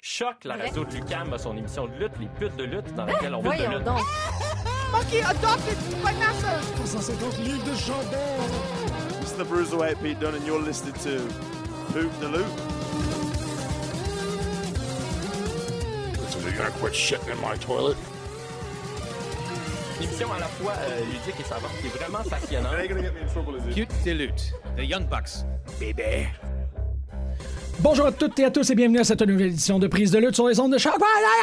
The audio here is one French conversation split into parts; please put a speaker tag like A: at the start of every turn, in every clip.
A: Choc, la radio de Lucam, a son émission de lutte, Les putes de lutte, dans laquelle on parle de lutte.
B: Donc.
C: Monkey adopted Vanessa!
D: 150 livres de jambon!
E: This is the Bruiserweight Pete Dunne, and you're listening to Poop the Loop.
D: So you're gonna quit shitting in my toilet?
A: Une émission à la fois ludique et savante qui est vraiment passionnante.
E: It ain't gonna get me in trouble, is it?
F: Cute Dilute, The Young Bucks, bébé.
D: Bonjour à toutes et à tous et bienvenue à cette nouvelle édition de Prise de lutte sur les ondes de Choc.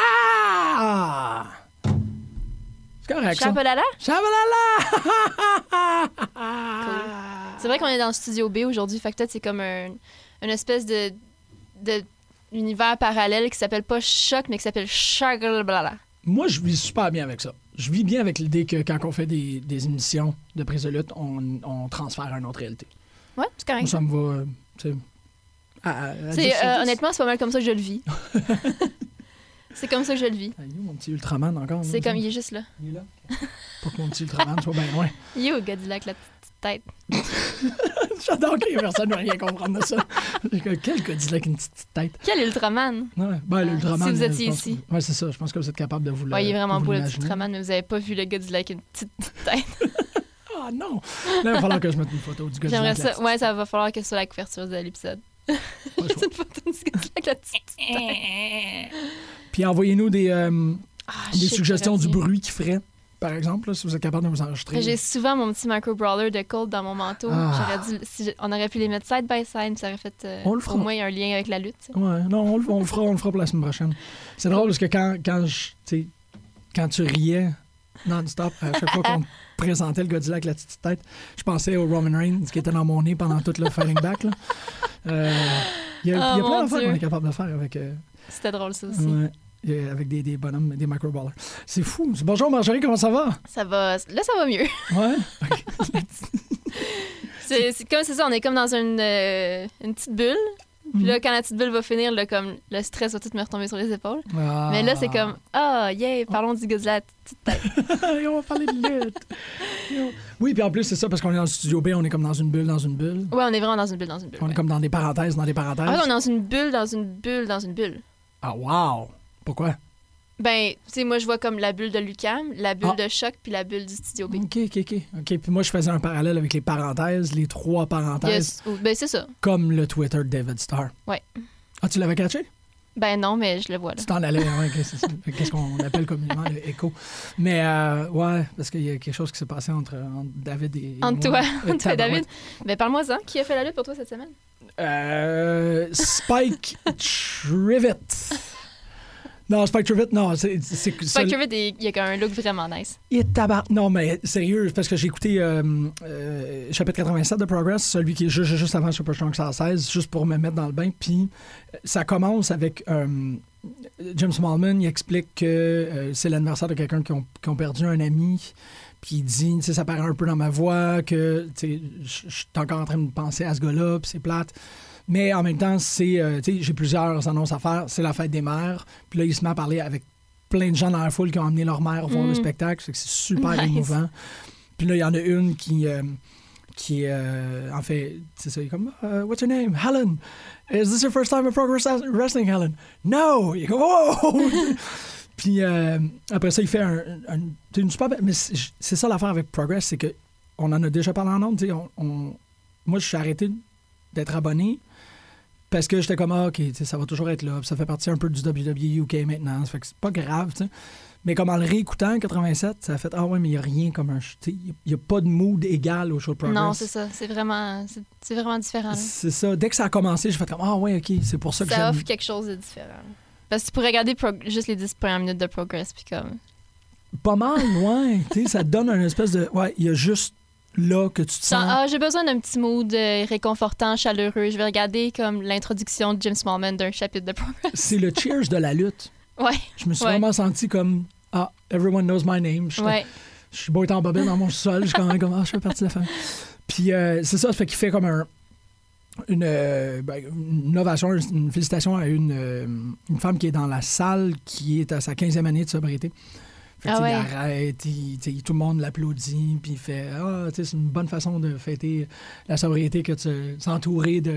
D: C'est correct, ça.
B: Chapelala?
D: Chapelala!
B: C'est vrai qu'on est dans le studio B aujourd'hui, fait que peut-être c'est comme une espèce de univers parallèle qui s'appelle pas Choc, mais qui s'appelle Chapelala.
D: Moi, je vis super bien avec ça. Je vis bien avec l'idée que quand on fait des émissions de Prise de lutte, on transfère à une autre réalité.
B: Ouais, c'est correct.
D: Moi, ça me va...
B: Honnêtement, c'est pas mal comme ça que je le vis. C'est comme ça que je le vis.
D: Ah, il est où, mon petit Ultraman encore?
B: C'est comme, il est juste là.
D: Il est là? Pas que mon petit Ultraman soit bien loin.
B: Yo, Godzilla avec la petite tête.
D: J'adore que personne ne va rien comprendre de ça. Quel Godzilla avec une petite tête?
B: Quel Ultraman?
D: Ouais, ben, l'Ultraman...
B: Si vous étiez
D: je pense
B: ici.
D: Ouais, c'est ça. Je pense que vous êtes capable de vous le
B: Ouais, il est vraiment
D: de vous
B: beau le petit
D: l'imaginer.
B: Ultraman, mais vous avez pas vu le Godzilla avec une petite tête.
D: Ah non! Là, il va falloir que je mette une photo du Godzilla.
B: J'aimerais
D: avec la
B: ça. Ouais, ça va falloir que ce soit la couverture de l'épisode.
D: Pas le choix.
B: C'est une photo du Godzilla avec la petite tête.
D: Puis envoyez-nous des
B: shit,
D: suggestions
B: j'aurais
D: du
B: dit.
D: bruit qu'il ferait, par exemple, là, si vous êtes capable de vous enregistrer.
B: J'ai souvent mon petit micro-brawler de Colt dans mon manteau.
D: Ah.
B: On aurait pu les mettre side by side, ça aurait fait
D: On le fera.
B: au moins un lien avec la lutte. Tu sais.
D: Ouais, non, on le fera pour la semaine prochaine. C'est drôle parce que quand tu riais non-stop, à chaque fois qu'on présentait le Godzilla avec la petite tête, je pensais au Roman Reigns qui était dans mon nez pendant tout le Fighting Back. Là. Il y a
B: Oh,
D: plein
B: mon
D: d'affaires
B: Dieu.
D: qu'on est capable de faire avec...
B: C'était drôle, ça aussi.
D: ouais, avec des bonhommes, des micro-ballers. C'est fou. Bonjour Marjorie, comment ça va?
B: Ça va... Là, ça va mieux.
D: Ouais?
B: C'est ça, on est comme dans une petite bulle. Puis là, quand la petite bulle va finir, là, comme le stress va tout me retomber sur les épaules.
D: Ah.
B: Mais là, c'est comme, yeah, parlons du Godzilla à la petite tête.
D: Et on va parler de lutte. Oui, puis en plus, c'est ça, parce qu'on est dans le studio B, on est comme dans une bulle, dans une bulle.
B: Ouais, on est vraiment dans une bulle,
D: On
B: ouais.
D: est comme dans des parenthèses, dans des parenthèses.
B: Ah, on est dans une bulle, dans une bulle, dans une bulle.
D: Ah, wow! Pourquoi?
B: Ben, tu sais, moi, je vois comme la bulle de Lucam, la bulle
D: Ah.
B: de Choc, puis la bulle du Studio B.
D: OK. Puis moi, je faisais un parallèle avec les parenthèses, les 3 parenthèses,
B: Yes. Ben, c'est ça.
D: comme le Twitter de David Starr.
B: Ouais.
D: Ah, tu l'avais catché?
B: Ben non, mais je le vois, là.
D: Tu t'en allais, ouais, qu'est-ce qu'on appelle communément le écho. Mais, ouais, parce qu'il y a quelque chose qui s'est passé entre David et
B: Entre
D: moi.
B: toi, entre toi et David. Ben, parle-moi-en. Qui a fait la lutte pour toi cette semaine?
D: Spike Trivet. Non, Spike Trivet, non.
B: Spike Trivet, il a quand même un look vraiment nice.
D: Non, mais sérieux, parce que j'ai écouté chapitre 87 de Progress, celui qui est juste avant Super Strong 116, juste pour me mettre dans le bain. Puis ça commence avec Jim Smallman, il explique que c'est l'anniversaire de quelqu'un qui ont perdu un ami. Puis il dit, tu sais, ça paraît un peu dans ma voix que, tu sais, je suis encore en train de penser à ce gars-là, puis c'est plate. Mais en même temps, c'est, tu sais, j'ai plusieurs annonces à faire. C'est la fête des mères. Puis là, il se met à parler avec plein de gens dans la foule qui ont amené leur mère voir le spectacle. C'est super
B: Nice.
D: émouvant. Puis là, il y en a une qui en fait, c'est ça, il est comme, what's your name? Helen. Is this your first time at Progress Wrestling, Helen? No! Il est comme, wow! Puis après ça, il fait une super... Mais c'est ça l'affaire avec Progress, c'est que on en a déjà parlé en ondes. Tu sais, moi, je suis arrêté d'être abonné parce que j'étais comme, OK, tu sais, ça va toujours être là. Puis ça fait partie un peu du WWE UK maintenant. Ça fait que c'est pas grave, tu sais. Mais comme en le réécoutant en 87, ça a fait, ah ouais, mais il n'y a rien comme un... Tu sais, il n'y a pas de mood égal au show de Progress.
B: Non, c'est ça. C'est vraiment différent. Là.
D: C'est ça. Dès que ça a commencé, j'ai fait comme, ah ouais, OK, c'est pour ça que
B: Ça
D: j'aime...
B: offre quelque chose de différent. Parce que tu pourrais regarder juste les 10 premières minutes de Progress, puis comme...
D: Pas mal, ouais. Tu sais, ça te donne un espèce de... Ouais, il y a juste là que tu te sens...
B: J'ai besoin d'un petit mood réconfortant, chaleureux. Je vais regarder comme l'introduction de Jim Smallman d'un chapitre de Progress.
D: C'est le cheers de la lutte.
B: Ouais.
D: Je me suis
B: Ouais.
D: vraiment senti comme, everyone knows my name.
B: Ouais.
D: Je suis beau étant en bobine dans mon sol. Je suis quand même comme, je fais partie de la famille. Puis c'est ça fait qu'il fait comme une ovation, une félicitation à une femme qui est dans la salle, qui est à sa 15e année de sobriété. Fait que,
B: Ah ouais.
D: il arrête, tout le monde l'applaudit, puis il fait c'est une bonne façon de fêter la sobriété que de s'entourer de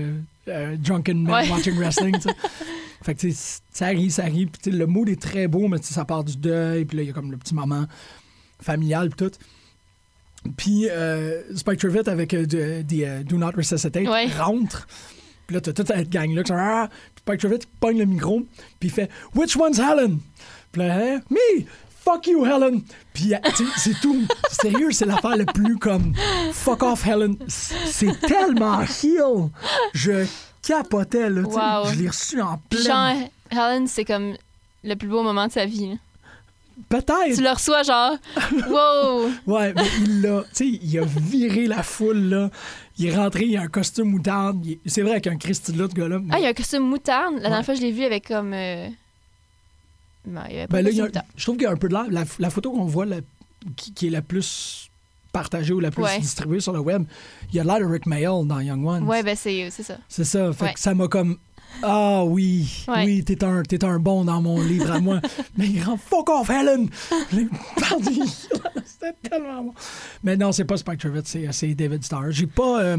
D: drunken men watching wrestling, tu sais. Fait que, tu sais, ça arrive. Puis, tu sais, le mood est très beau, mais tu sais, ça part du deuil. Puis là, il y a comme le petit moment familial, puis tout. Puis, Spike Trivet avec Do Not Resuscitate rentre. Puis là, t'as toute cette gang-là qui sont... Puis Spike Trivet pogne le micro, puis il fait « Which one's Helen? » Puis là, « Me! Fuck you, Helen! » Puis c'est tout. Sérieux, c'est l'affaire le plus comme « Fuck off, Helen! » C'est tellement heel! Je capotais, là.
B: Wow.
D: Je l'ai reçu en pleine...
B: Genre, Helen, c'est comme le plus beau moment de sa vie. Là.
D: Peut-être!
B: Tu le reçois, genre, wow!
D: Ouais, mais il a viré la foule, là. Il est rentré, il a un costume moutarde. C'est vrai avec un Christy de là, ce gars-là. Mais...
B: Ah, il y a un costume moutarde. La dernière fois, je l'ai vu avec comme... Non, il y avait pas de costume moutarde.
D: Je trouve qu'il y a un peu de l'air. La photo qu'on voit, qui est la plus partagée ou la plus distribuée sur le web, il y a l'air de Rick Mayall dans Young Ones.
B: Ouais, ben c'est ça.
D: C'est ça. Fait que ça m'a comme... Ah oui, t'es un bon dans mon livre à moi. Mais il rend fuck off, Helen! C'était tellement bon. Mais non, c'est pas Spike Trivet, c'est David Starr. J'ai pas...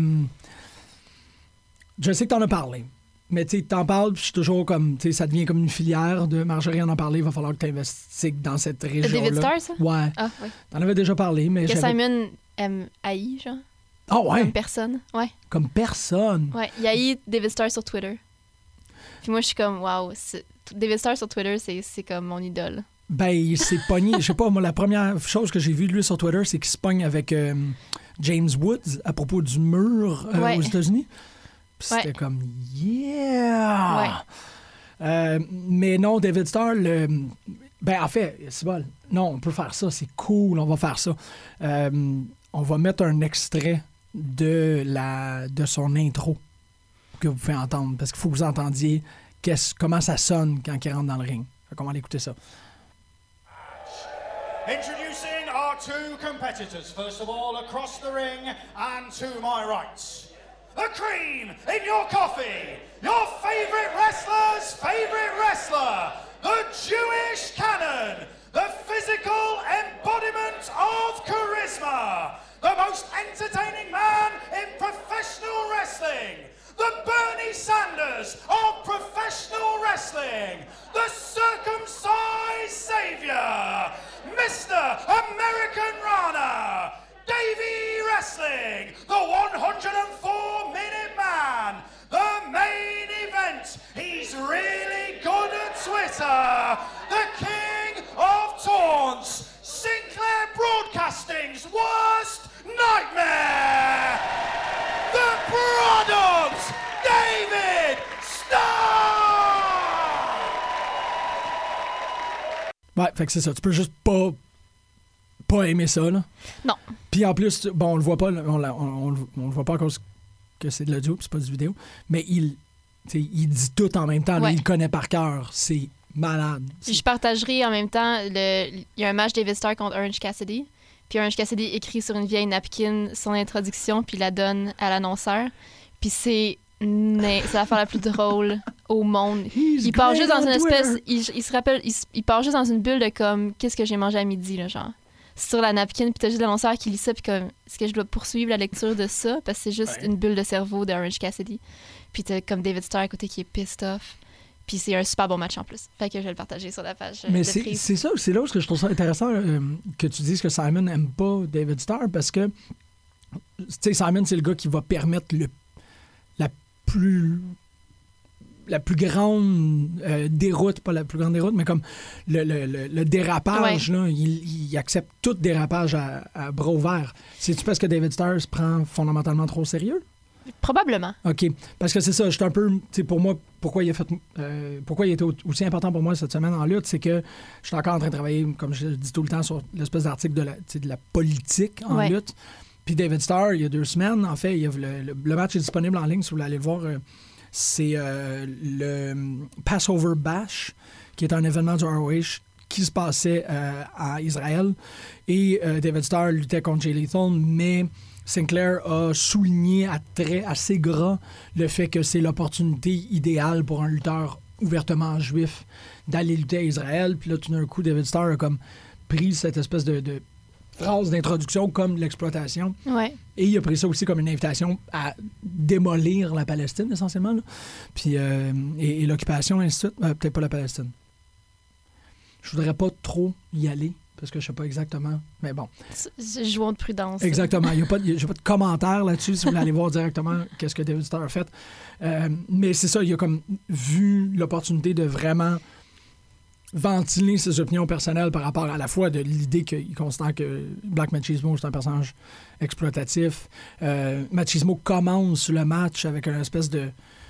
D: Je sais que t'en as parlé. Mais tu t'en parles, puis je suis toujours comme... Ça devient comme une filière de Marjorie en parler. Il va falloir que t'investigues dans cette région-là.
B: David Starr, ça?
D: Ouais.
B: Ah, oui.
D: T'en avais déjà parlé, mais
B: que Simon aime haï, genre.
D: Ah ouais?
B: Comme personne, ouais.
D: Comme personne?
B: Ouais, il haït David Starr sur Twitter. Puis moi, je suis comme, wow, David Starr sur Twitter, c'est comme mon idole.
D: Ben, il s'est pogné. Je sais pas, moi, la première chose que j'ai vue de lui sur Twitter, c'est qu'il se pogne avec James Woods à propos du mur aux États-Unis. Puis c'était comme, yeah! Mais non, David Starr, ben, en fait, c'est bon. Non, on peut faire ça, c'est cool, on va faire ça. On va mettre un extrait de son intro que vous pouvez entendre, parce qu'il faut que vous entendiez comment ça sonne quand il rentre dans le ring. Fait qu'on va aller écouter ça.
G: Introducing our two competitors. First of all, across the ring and to my right. The cream in your coffee. Your favorite wrestler's favorite wrestler. The Jewish Cannon. The physical embodiment of charisma. The most entertaining man in professional wrestling. The Bernie Sanders of professional wrestling. The circumcised savior. Mr. American Rana. Davey Wrestling. The 104-minute man. The main event. He's really good at Twitter. The king of taunts. Sinclair Broadcasting's worst nightmare. The product, David Starr!
D: Ouais, fait que c'est ça. Tu peux juste pas aimer ça, là.
B: Non.
D: Puis en plus, bon, on le voit pas, on le voit pas à cause que c'est de l'audio, puis c'est pas du vidéo, mais il dit tout en même temps. Là, il le connaît par cœur. C'est malade.
B: Je partagerai en même temps, il y a un match David Starr contre Orange Cassidy. Puis Orange Cassidy écrit sur une vieille napkin son introduction, puis la donne à l'annonceur. Puis c'est l'affaire la plus drôle au monde. Il part juste dans une espèce... Il se rappelle... Il part juste dans une bulle de comme... Qu'est-ce que j'ai mangé à midi, là, genre. Sur la napkin, puis t'as juste l'annonceur qui lit ça, puis comme... Est-ce que je dois poursuivre la lecture de ça? Parce que c'est juste une bulle de cerveau d'Orange Cassidy. Puis t'as comme David Starr à côté qui est pissed off. Puis c'est un super bon match en plus. Fait que je vais le partager sur la page.
D: Mais c'est ça, c'est là où je trouve ça intéressant que tu dises que Simon n'aime pas David Starr, parce que tu sais, Simon, c'est le gars qui va permettre la plus grande déroute, pas la plus grande déroute, mais comme le dérapage, là, il accepte tout dérapage à bras ouverts. C'est-tu parce que David Starr se prend fondamentalement trop au sérieux?
B: Probablement.
D: OK. Parce que c'est ça, j'étais un peu... Tu sais, pour moi, pourquoi il était aussi important pour moi cette semaine en lutte, c'est que je suis encore en train de travailler, comme je dis tout le temps, sur l'espèce d'article de la politique en lutte. Puis David Starr, il y a 2 semaines, en fait, le match est disponible en ligne, si vous voulez aller le voir. C'est le Passover Bash, qui est un événement du ROH qui se passait à Israël. Et David Starr luttait contre Jay Lethal, mais Sinclair a souligné à traits assez gras le fait que c'est l'opportunité idéale pour un lutteur ouvertement juif d'aller lutter à Israël. Puis là, tout d'un coup, David Starr a comme pris cette espèce de phrase d'introduction comme l'exploitation.
B: Ouais.
D: Et il a pris ça aussi comme une invitation à démolir la Palestine, essentiellement. Là. Puis, et l'occupation, ainsi de suite. Peut-être pas la Palestine. Je voudrais pas trop y aller, parce que je sais pas exactement. Mais bon.
B: Jouons de prudence.
D: Exactement. Il n'y a pas de commentaire là-dessus, si vous voulez aller voir directement qu'est-ce que David Starr a fait. Mais c'est ça, il a comme vu l'opportunité de vraiment ventiler ses opinions personnelles par rapport à la fois de l'idée qu'il considère que Black Machismo, c'est un personnage exploitatif. Machismo commence le match avec une espèce de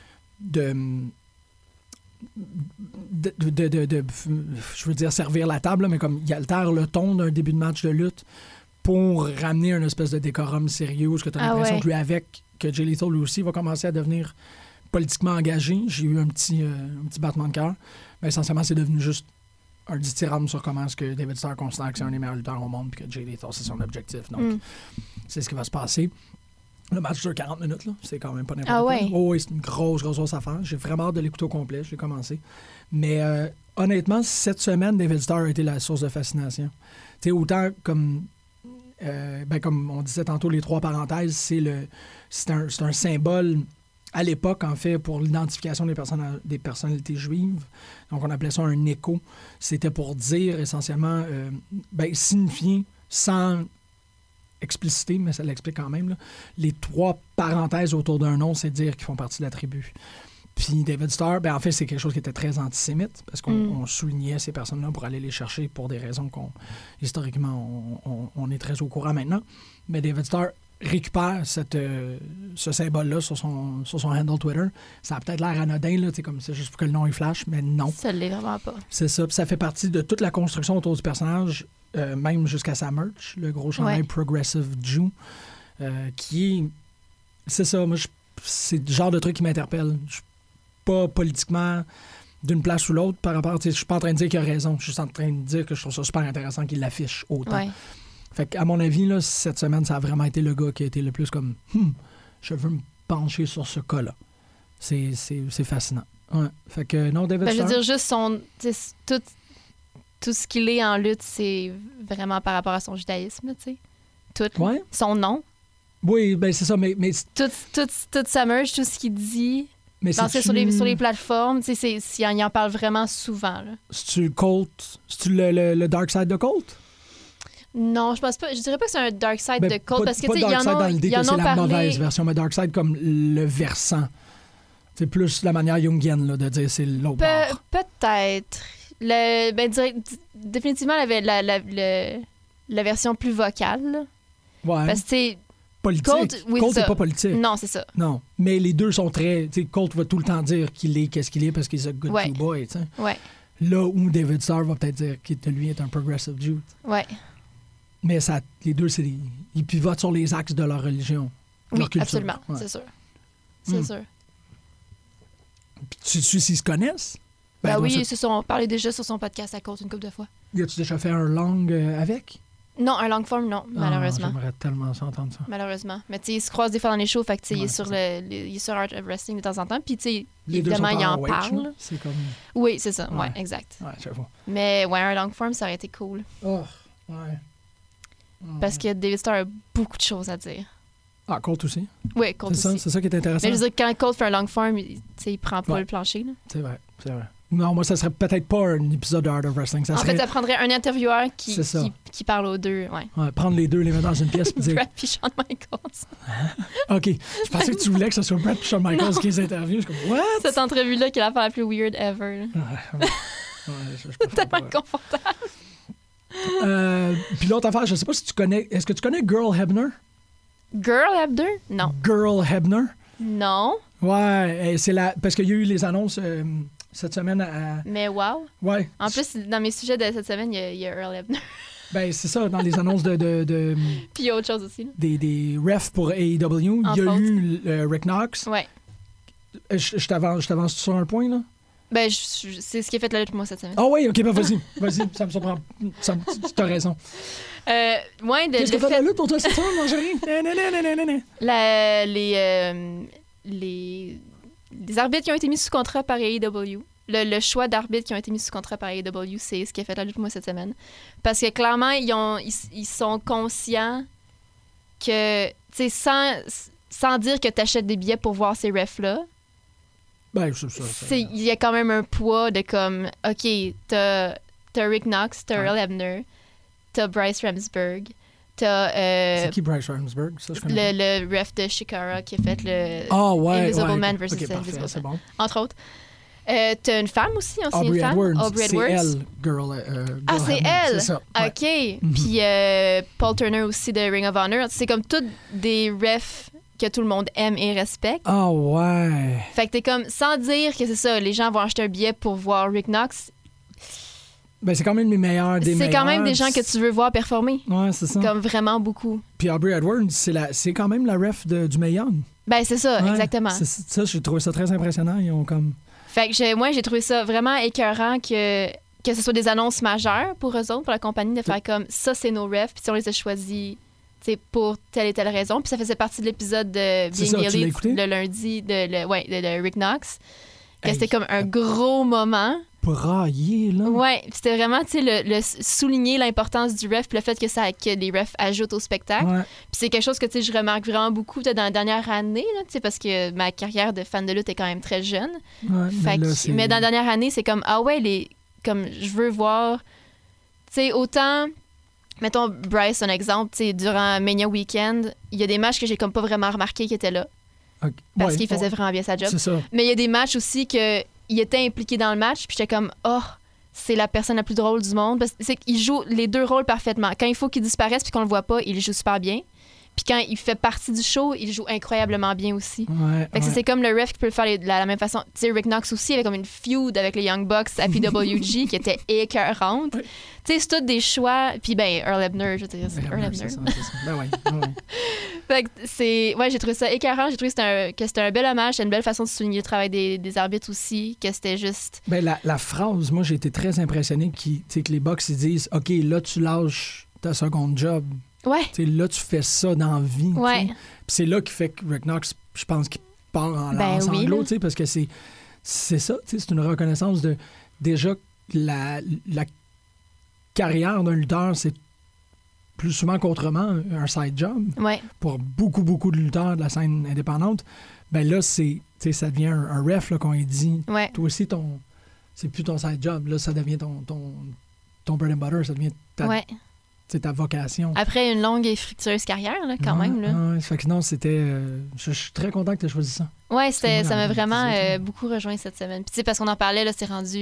D: je veux dire servir la table, mais comme il altère le ton d'un début de match de lutte pour ramener une espèce de décorum sérieux, parce que tu as l'impression que lui avec, que Jay Lethal lui aussi va commencer à devenir politiquement engagé. J'ai eu un petit battement de cœur. Mais essentiellement, c'est devenu juste un dithyrambe sur comment est-ce que David Starr considère que c'est un des meilleurs lutteurs au monde puis que Jay Lethal, c'est son objectif. Donc, c'est ce qui va se passer. Le match dure 40 minutes, là. C'est quand même pas n'importe quoi.
B: Ouais.
D: Oh, oui, c'est une grosse affaire. J'ai vraiment hâte de l'écouter au complet. Je l'ai commencé. Mais honnêtement, cette semaine, David Starr a été la source de fascination. Tu sais, autant comme... comme on disait tantôt, les 3 parenthèses, c'est un symbole à l'époque, en fait, pour l'identification des personnalités juives. Donc, on appelait ça un écho. C'était pour dire, essentiellement, signifier, sans expliciter, mais ça l'explique quand même, là, les 3 parenthèses autour d'un nom, c'est dire qu'ils font partie de la tribu. Puis David Starr, en fait, c'est quelque chose qui était très antisémite, parce qu'on soulignait ces personnes-là pour aller les chercher pour des raisons historiquement, on est très au courant maintenant. Mais David Starr récupère ce symbole-là sur son handle Twitter. Ça a peut-être l'air anodin, là, comme c'est juste pour que le nom il flash, mais non.
B: Ça l'est vraiment pas.
D: C'est ça. Puis ça fait partie de toute la construction autour du personnage, même jusqu'à sa merch, le gros chandail Progressive Jew, qui est... C'est ça, moi, c'est le genre de truc qui m'interpelle. Je suis pas politiquement d'une place ou l'autre par rapport... Je suis pas en train de dire qu'il a raison. Je suis juste en train de dire que je trouve ça super intéressant qu'il l'affiche autant.
B: Ouais.
D: Fait qu'à mon avis, là, cette semaine, ça a vraiment été le gars qui a été le plus comme je veux me pencher sur ce cas-là. C'est fascinant. Ouais. Fait que non, David Starr...
B: Je veux dire, juste tout ce qu'il est en lutte, c'est vraiment par rapport à son judaïsme, tu sais. Tout.
D: Ouais.
B: Son nom.
D: Oui, c'est ça, mais...
B: Toute sa merge, tout ce qu'il dit...
D: Mais
B: sur les plateformes, tu sais, il en parle vraiment souvent, là.
D: C'est-tu Colt? C'est-tu le Dark Side de Colt?
B: Non, je pense pas. Je dirais pas que c'est un Dark Side de Colt, parce que, tu sais,
D: il y en a
B: dans l'idée que c'est
D: la mauvaise version, mais Dark Side comme le versant. C'est plus la manière jungienne, là, de dire c'est l'autre bord.
B: Peut-être. Définitivement, la version plus vocale, là.
D: Ouais.
B: Parce que, tu sais...
D: Politique.
B: Colt,
D: c'est pas politique.
B: Non, c'est ça.
D: Non. Mais les deux sont très... Tu sais, Colt va tout le temps dire qu'est-ce qu'il est parce qu'il est a good Jew boy, tu sais.
B: Ouais.
D: Là où David Starr va peut-être dire que lui est un progressive Jew.
B: Ouais.
D: Mais ça, les deux, ils pivotent sur les axes de leur religion.
B: Oui,
D: leur culture.
B: Absolument.
D: Ouais.
B: C'est sûr. C'est sûr.
D: Puis tu sais s'ils se connaissent?
B: Oui, ils se sont parlé déjà sur son podcast à Colt une couple de fois.
D: Y a-tu déjà fait un long avec?
B: Non, un long form, non, malheureusement.
D: J'aimerais tellement s'entendre ça.
B: Malheureusement. Mais tu sais, ils se croisent des fois dans les shows, fait que tu sais, il est sur Art of Wrestling de temps en temps, puis tu sais, évidemment, il en parle.
D: C'est comme...
B: Oui, c'est ça, ouais, exact.
D: Ouais, j'avoue.
B: Mais ouais, un long form, ça aurait été cool.
D: Oh, ouais.
B: Parce que David Starr a beaucoup de choses à dire.
D: Ah, Colt aussi?
B: Oui, Colt aussi.
D: C'est ça qui est intéressant.
B: Mais je veux dire, quand Colt fait un long form, il prend pas le plancher, là.
D: C'est vrai. Non, moi, ça serait peut-être pas un épisode de Art of Wrestling.
B: En fait, ça prendrait un intervieweur qui parle aux deux. Ouais.
D: Prendre les deux, les mettre dans une pièce et dire...
B: Brad puis Shawn Michaels.
D: OK. Je pensais que tu voulais que ce soit Brad puis Shawn Michaels qui les interviewe. Je suis comme, what?
B: Cette entrevue-là qui est l'affaire la plus weird ever.
D: C'est
B: tellement confortable.
D: Puis l'autre affaire, je sais pas si tu connais... Est-ce que tu connais Girl Hebner?
B: Girl Hebner? Non.
D: Girl Hebner?
B: Non.
D: Ouais, parce qu'il y a eu les annonces... cette semaine à...
B: Mais wow!
D: Ouais.
B: En plus, dans mes sujets de cette semaine, il y a Earl Hebner.
D: C'est ça, dans les annonces de
B: Puis il y a autre chose aussi. Là.
D: Des refs pour AEW. Il y a eu Rick Knox.
B: Ouais.
D: Je t'avance sur un point, là?
B: C'est ce qui a fait la lutte pour moi cette semaine.
D: Ah oui, OK, vas-y, ça me surprend. Tu as raison.
B: Qu'est-ce
D: que fait la lutte pour toi cette semaine, Marjorie?
B: Les arbitres qui ont été mis sous contrat par AEW. le choix d'arbitres qui ont été mis sous contrat par AEW, c'est ce qui a fait la lutte pour moi cette semaine. Parce que clairement, ils sont conscients que, tu sais, sans dire que tu achètes des billets pour voir ces refs-là,
D: Ben,
B: il y a quand même un poids de comme, OK, t'as Rick Knox, t'as Earl Hebner, t'as Bryce Ramsburg, t'as...
D: c'est qui Bryce Ramsburg? Ça, je connais
B: le ref de Shikara qui a fait le
D: Invisible
B: Man versus
D: okay,
B: Invisible Man,
D: c'est bon.
B: entre autres. T'as une femme aussi,
D: Aubrey Edwards.
B: Aubrey
D: C'est
B: Edwards.
D: elle, girl
B: C'est
D: Hebner,
B: elle?
D: C'est ça. Ouais.
B: OK. Puis Paul Turner aussi de Ring of Honor. C'est comme tous des refs que tout le monde aime et respecte.
D: Ah ouais.
B: Fait que t'es comme, sans dire que c'est ça, les gens vont acheter un billet pour voir Rick Knox,
D: Ben, c'est quand même les meilleurs des meilleurs.
B: c'est quand même des gens que tu veux voir performer.
D: Ouais, c'est ça.
B: Comme vraiment beaucoup.
D: Puis Aubrey Edwards, c'est quand même la ref du Mae Young.
B: Ben, c'est ça,
D: Ouais,
B: exactement.
D: Ça, j'ai trouvé ça très impressionnant. Ils ont comme...
B: Fait que moi, j'ai trouvé ça vraiment écœurant que ce soit des annonces majeures pour eux autres, pour la compagnie, de faire comme ça, c'est nos refs, puis si on les a choisis pour telle et telle raison. Puis ça faisait partie de l'épisode de Being Elite le lundi de Rick Knox. Que c'était comme un gros moment.
D: Braillé, là.
B: Ouais, puis c'était vraiment, tu sais, le souligner l'importance du ref, puis le fait que les refs ajoutent au spectacle.
D: Ouais.
B: Puis c'est quelque chose que, tu sais, je remarque vraiment beaucoup dans la dernière année, là, tu sais, parce que ma carrière de fan de lutte est quand même très jeune.
D: Ouais,
B: mais dans la dernière année, c'est comme, ah ouais, comme je veux voir, tu sais, autant... Mettons, Bryce, un exemple, tu sais, durant Mania Weekend, il y a des matchs que j'ai comme pas vraiment remarqué qu'il était là.
D: Okay.
B: Parce qu'il faisait vraiment bien sa job.
D: C'est ça.
B: Mais il y a des matchs aussi qu'il était impliqué dans le match, puis j'étais comme, oh, c'est la personne la plus drôle du monde. Parce que il joue les deux rôles parfaitement. Quand il faut qu'il disparaisse puis qu'on le voit pas, il joue super bien. Puis quand il fait partie du show, il joue incroyablement bien aussi.
D: Ouais,
B: fait que c'est comme le ref qui peut le faire de la même façon. Tu sais, Rick Knox aussi avait comme une feud avec les Young Bucks à PWG qui était écœurante. Tu sais, c'est tout des choix. Puis ben, Earl Hebner, je veux dire, c'est Earl Hebner.
D: C'est ça. Ben ouais.
B: Fait que j'ai trouvé ça écœurant. J'ai trouvé que c'était un bel hommage. C'était une belle façon de souligner le travail des arbitres aussi. Que c'était juste...
D: Ben la phrase, moi, j'ai été très impressionné que les Bucks, ils disent, OK, là, tu lâches ta seconde job.
B: Ouais.
D: T'sais, là, tu fais ça dans la vie.
B: Ouais.
D: Puis c'est là qu'il fait que Rick Knox, je pense qu'il part en sanglots, parce que c'est ça, c'est une reconnaissance de... Déjà, la carrière d'un lutteur, c'est plus souvent qu'autrement un side job.
B: Ouais.
D: Pour beaucoup, beaucoup de lutteurs de la scène indépendante, ben là, ça devient un ref là, qu'on lui dit.
B: Ouais.
D: Toi aussi, c'est plus ton side job. Là, ça devient ton bread and butter, ça devient ta vocation.
B: Après une longue et fructueuse carrière, là, quand même. Là.
D: Ouais, fait que non, c'était... je suis très content que tu aies choisi ça.
B: Ouais, ça m'a vraiment beaucoup rejoint cette semaine. Puis tu sais, parce qu'on en parlait, là, c'est rendu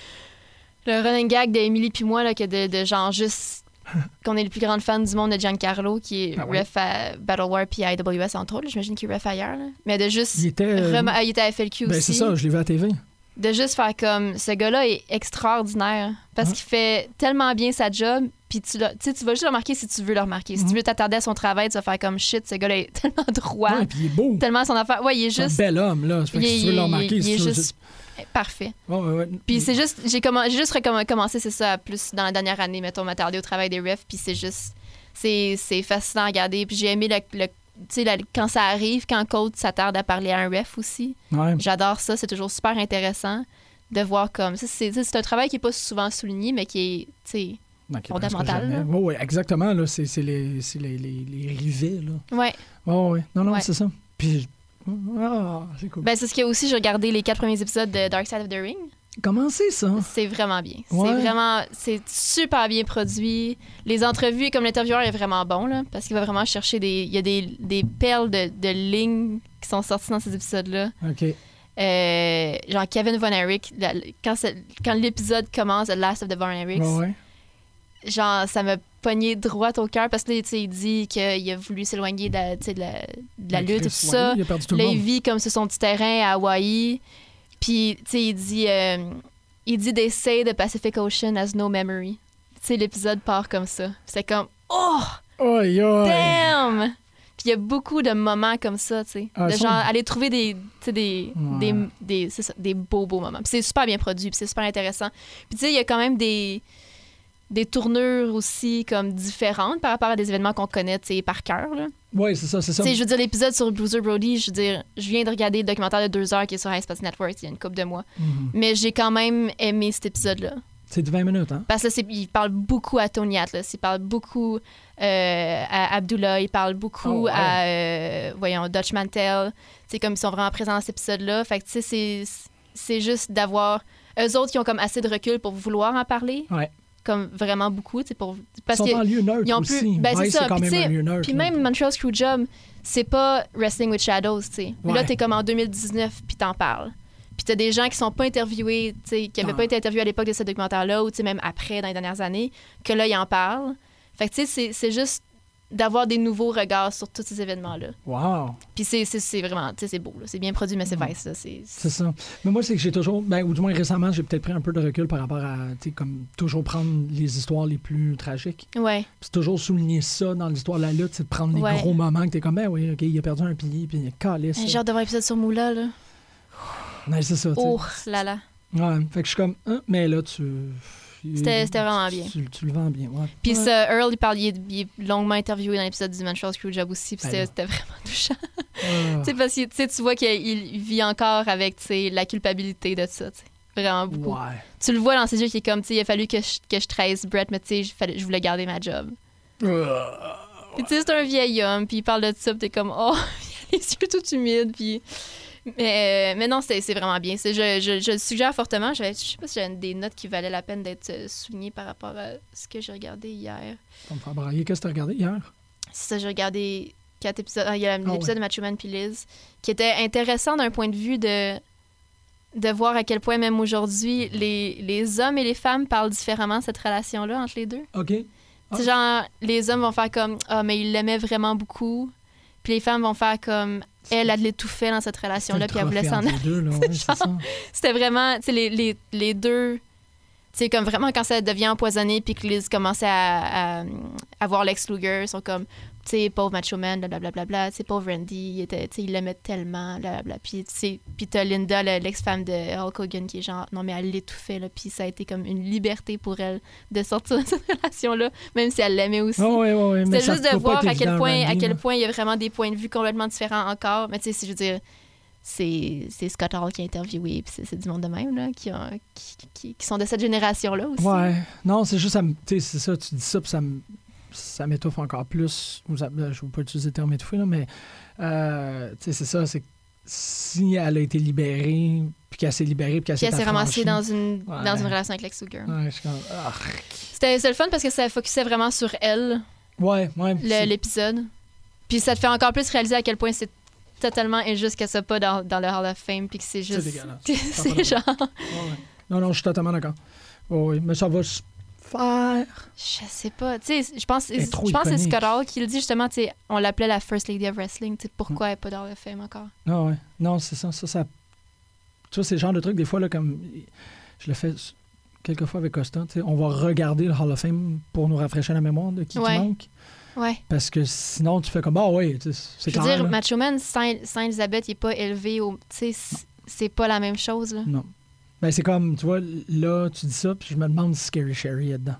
B: le running gag d'Emily puis moi, là, que de genre juste... qu'on est les plus grandes fans du monde de Giancarlo, qui est ref à Battle War puis à AWS, entre autres. J'imagine qu'il est ref ailleurs. Là. Mais de juste... Il était à FLQ aussi.
D: C'est ça, je l'ai vu à la TV.
B: De juste faire comme... Ce gars-là est extraordinaire. Parce qu'il fait tellement bien sa job... Puis tu vas juste le remarquer si tu veux le remarquer. Si tu veux t'attarder à son travail, tu vas faire comme shit, ce gars-là est tellement droit.
D: Ouais, puis il est beau.
B: Tellement son affaire. Ouais, il est juste.
D: C'est un bel homme, là. Fait que si tu veux le remarquer,
B: il est juste parfait.
D: Ouais.
B: Puis c'est juste. J'ai juste recommencé, c'est ça, plus dans la dernière année, mettons, m'attarder au travail des refs. Puis c'est juste. C'est fascinant à regarder. Puis j'ai aimé quand ça arrive, quand Colt s'attarde à parler à un ref aussi.
D: Ouais.
B: J'adore ça. C'est toujours super intéressant de voir comme. C'est un travail qui n'est pas souvent souligné, mais qui est. Fondamental.
D: Oui, exactement. Là, c'est les rivets. Là.
B: Ouais.
D: Oui. Non, c'est ça. Puis, c'est cool.
B: Ben, c'est ce qu'il y a aussi. J'ai regardé les 4 premiers épisodes de Dark Side of the Ring.
D: Comment c'est ça?
B: C'est vraiment bien.
D: Ouais.
B: C'est super bien produit. Les entrevues, comme l'intervieweur est vraiment bon, là, parce qu'il va vraiment chercher il y a des perles de lignes qui sont sorties dans ces épisodes-là.
D: OK.
B: Genre Kevin Von Erich, quand l'épisode commence, The Last of the Von Erichs, genre, ça m'a pogné droit au cœur parce que là, il dit qu'il a voulu s'éloigner de la lutte et tout ça. Là, il vit comme sur son petit terrain à Hawaï. Puis, tu sais, il dit they say the Pacific Ocean has no memory. Tu sais, l'épisode part comme ça. C'est comme, oh! Damn! Puis il y a beaucoup de moments comme ça, tu sais. De genre, aller trouver des beaux moments. Puis c'est super bien produit, puis c'est super intéressant. Puis tu sais, il y a quand même des des tournures aussi comme différentes par rapport à des événements qu'on connaît, tu sais, par cœur, là.
D: Ouais, c'est ça.
B: Tu sais, je veux dire, l'épisode sur Bruiser Brody, je veux dire, je viens de regarder le documentaire de 2 heures qui est sur High Spots Network il y a une couple de mois. Mais j'ai quand même aimé cet épisode-là.
D: C'est de 20 minutes, hein?
B: Parce que il parle beaucoup à Tony Atlas, il parle beaucoup à Abdullah, il parle beaucoup à, Dutch Mantel. C'est comme ils sont vraiment présents dans cet épisode-là. Fait que, tu sais, c'est juste d'avoir... Eux autres qui ont comme assez de recul pour vouloir en parler.
D: Ouais.
B: Comme vraiment beaucoup, tu sais,
D: parce qu'ils sont en lieu neutre aussi.
B: Ben, c'est ça.
D: Quand même un lieu neutre.
B: Puis même Montreal Screwjob, c'est pas Wrestling with Shadows, tu sais.
D: Ouais.
B: Là, t'es comme en 2019, puis t'en parles. Puis t'as des gens qui sont pas interviewés, tu sais, qui avaient pas été interviewés à l'époque de ce documentaire-là, ou tu sais, même après, dans les dernières années, que là, ils en parlent. Fait que tu sais, c'est juste d'avoir des nouveaux regards sur tous ces événements-là.
D: Wow!
B: Puis c'est vraiment, tu sais, c'est beau, là. C'est bien produit, mais c'est Vice, là.
D: C'est ça. Mais moi, c'est que j'ai toujours, ou du moins récemment, j'ai peut-être pris un peu de recul par rapport à, tu sais, comme toujours prendre les histoires les plus tragiques.
B: Ouais.
D: Puis toujours souligner ça dans l'histoire de la lutte, c'est de prendre les gros moments que t'es comme, oui, OK, il a perdu un pied, puis il a calé ça.
B: J'ai hâte de voir l'épisode sur Moula, là.
D: Ouais, c'est ça.
B: Oh là là.
D: Ouais, fait que je suis comme, mais là,
B: C'était vraiment bien.
D: Tu le vends bien, ouais.
B: Puis Earl, il est longuement interviewé dans l'épisode du Montreal Screwjob aussi, puis c'était vraiment touchant. Tu sais, parce que tu vois qu'il vit encore avec la culpabilité de ça, t'sais. Vraiment beaucoup.
D: Ouais.
B: Tu le vois dans ses yeux qui est comme, il a fallu que je trahisse Brett, mais tu sais, je voulais garder ma job. Puis tu sais, c'est un vieil homme, puis il parle de ça, puis t'es comme, oh, il a les yeux tout humides, puis... Mais non, c'est vraiment bien. Je le suggère fortement. Je sais pas si j'ai des notes qui valaient la peine d'être soulignées par rapport à ce que j'ai regardé hier.
D: Ça me fait brailler. Qu'est-ce que tu as regardé hier?
B: C'est ça, j'ai regardé 4 épisodes. Il y a l'épisode de Macho Man puis Liz, qui était intéressant d'un point de vue de voir à quel point, même aujourd'hui, les hommes et les femmes parlent différemment de cette relation-là entre les deux.
D: OK.
B: C'est genre, les hommes vont faire comme « Ah, mais il l'aimait vraiment beaucoup ». Puis les femmes vont faire comme elle l'étouffait dans cette relation-là, puis elle voulait s'en aller. C'était vraiment, tu sais, les deux, tu sais, comme vraiment quand ça devient empoisonné, puis que Liz commençait à voir Lex Luger, ils sont comme, tu sais, pauvre Macho Man, blablabla, tu sais, pauvre Randy, il l'aimait tellement, blablabla. Puis t'as Linda, l'ex-femme de Hulk Hogan, qui est genre, non, mais elle l'étouffait, là, puis ça a été comme une liberté pour elle de sortir de cette relation-là, même si elle l'aimait aussi.
D: Ouais,
B: c'était juste de voir à quel point il y a vraiment des points de vue complètement différents encore. Mais tu sais, je veux dire, c'est Scott Hall qui a interviewé, puis c'est du monde de même, là, qui sont de cette génération-là aussi.
D: Ouais, non, c'est juste, tu sais, c'est ça, tu dis ça, puis ça m'étouffe encore plus. Je ne veux pas utiliser le terme étouffé, là, mais c'est ça, c'est que si elle a été libérée, puis qu'elle s'est libérée, puis qu'elle s'est
B: ramassée dans une relation avec Lex Luger.
D: Ouais, je suis comme...
B: C'était le fun parce que ça focusait vraiment sur elle, l'épisode. Puis ça te fait encore plus réaliser à quel point c'est totalement injuste qu'elle soit pas dans le Hall of Fame, puis que c'est juste...
D: C'est dégueulasse.
B: C'est genre...
D: Non, je suis totalement d'accord. Oui, mais ça va se faire...
B: Je sais pas. Tu sais, je pense que c'est Scott Hall qui le dit justement, tu sais, on l'appelait la First Lady of Wrestling. Tu sais, pourquoi elle n'est pas dans le Hall of Fame encore?
D: Ah ouais. Non, c'est ça. Tu vois, c'est le genre de truc, des fois, là, comme... Je le fais quelques fois avec Costa, tu sais, on va regarder le Hall of Fame pour nous rafraîchir la mémoire de qui manque.
B: Ouais.
D: Parce que sinon, tu fais comme, c'est clair.
B: Je veux dire, Macho Man, Saint-Elizabeth, il n'est pas élevé au... Tu sais, c'est pas la même chose, là.
D: Non. Ben, c'est comme, tu vois, là, tu dis ça, puis je me demande si Scary Sherry est dedans.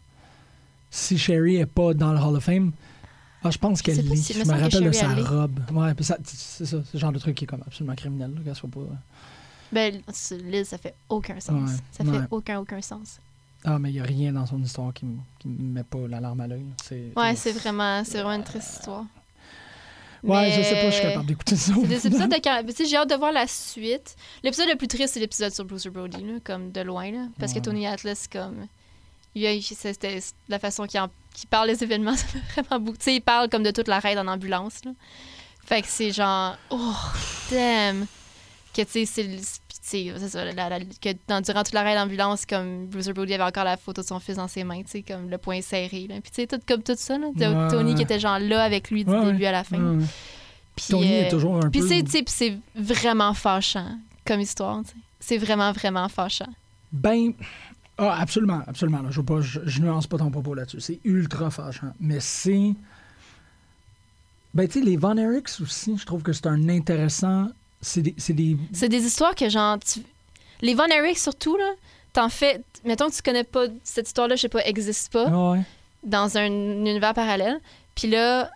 D: Si Sherry est pas dans le Hall of Fame, je pense qu'elle l'est. Je me rappelle de sa robe. Ouais, puis c'est ça, c'est le genre de truc qui est comme absolument criminel, là, qu'elle soit pas...
B: Ben, Liz, ça fait aucun sens. Ça fait aucun sens.
D: Ah, mais il n'y a rien dans son histoire qui me met pas l'alarme à l'œil.
B: C'est vraiment une triste histoire.
D: Ouais, je sais pas, je suis capable d'écouter ça.
B: C'est des épisodes de... j'ai hâte de voir la suite. L'épisode le plus triste, c'est l'épisode sur Bruiser Brody, là, comme de loin, là, parce que Tony Atlas, comme... C'était la façon qu'il parle des événements, ça fait vraiment beaucoup. Tu sais, il parle comme de toute la raid en ambulance, là. Fait que c'est genre... Oh, damn! Que, tu sais, c'est ça, que durant toute la raid d'ambulance, comme Bruiser Brody avait encore la photo de son fils dans ses mains, tu sais, comme le poing serré, là. Puis, tu sais, tout ça, là. Tony qui était genre là avec lui du début à la fin. Puis,
D: Tony est toujours un peu...
B: Puis, c'est vraiment fâchant comme histoire, tu sais. C'est vraiment, vraiment fâchant.
D: Ben... Ah, absolument. Là. Je nuance pas ton propos là-dessus. C'est ultra fâchant. Mais c'est... Ben, tu sais, les Von Erichs aussi, je trouve que c'est un intéressant... C'est des
B: histoires que, genre... Les Von Erich, surtout, là, t'en fais... Mettons que tu connais pas cette histoire-là, je sais pas, existe pas,
D: Ouais.
B: dans un univers parallèle. Puis là,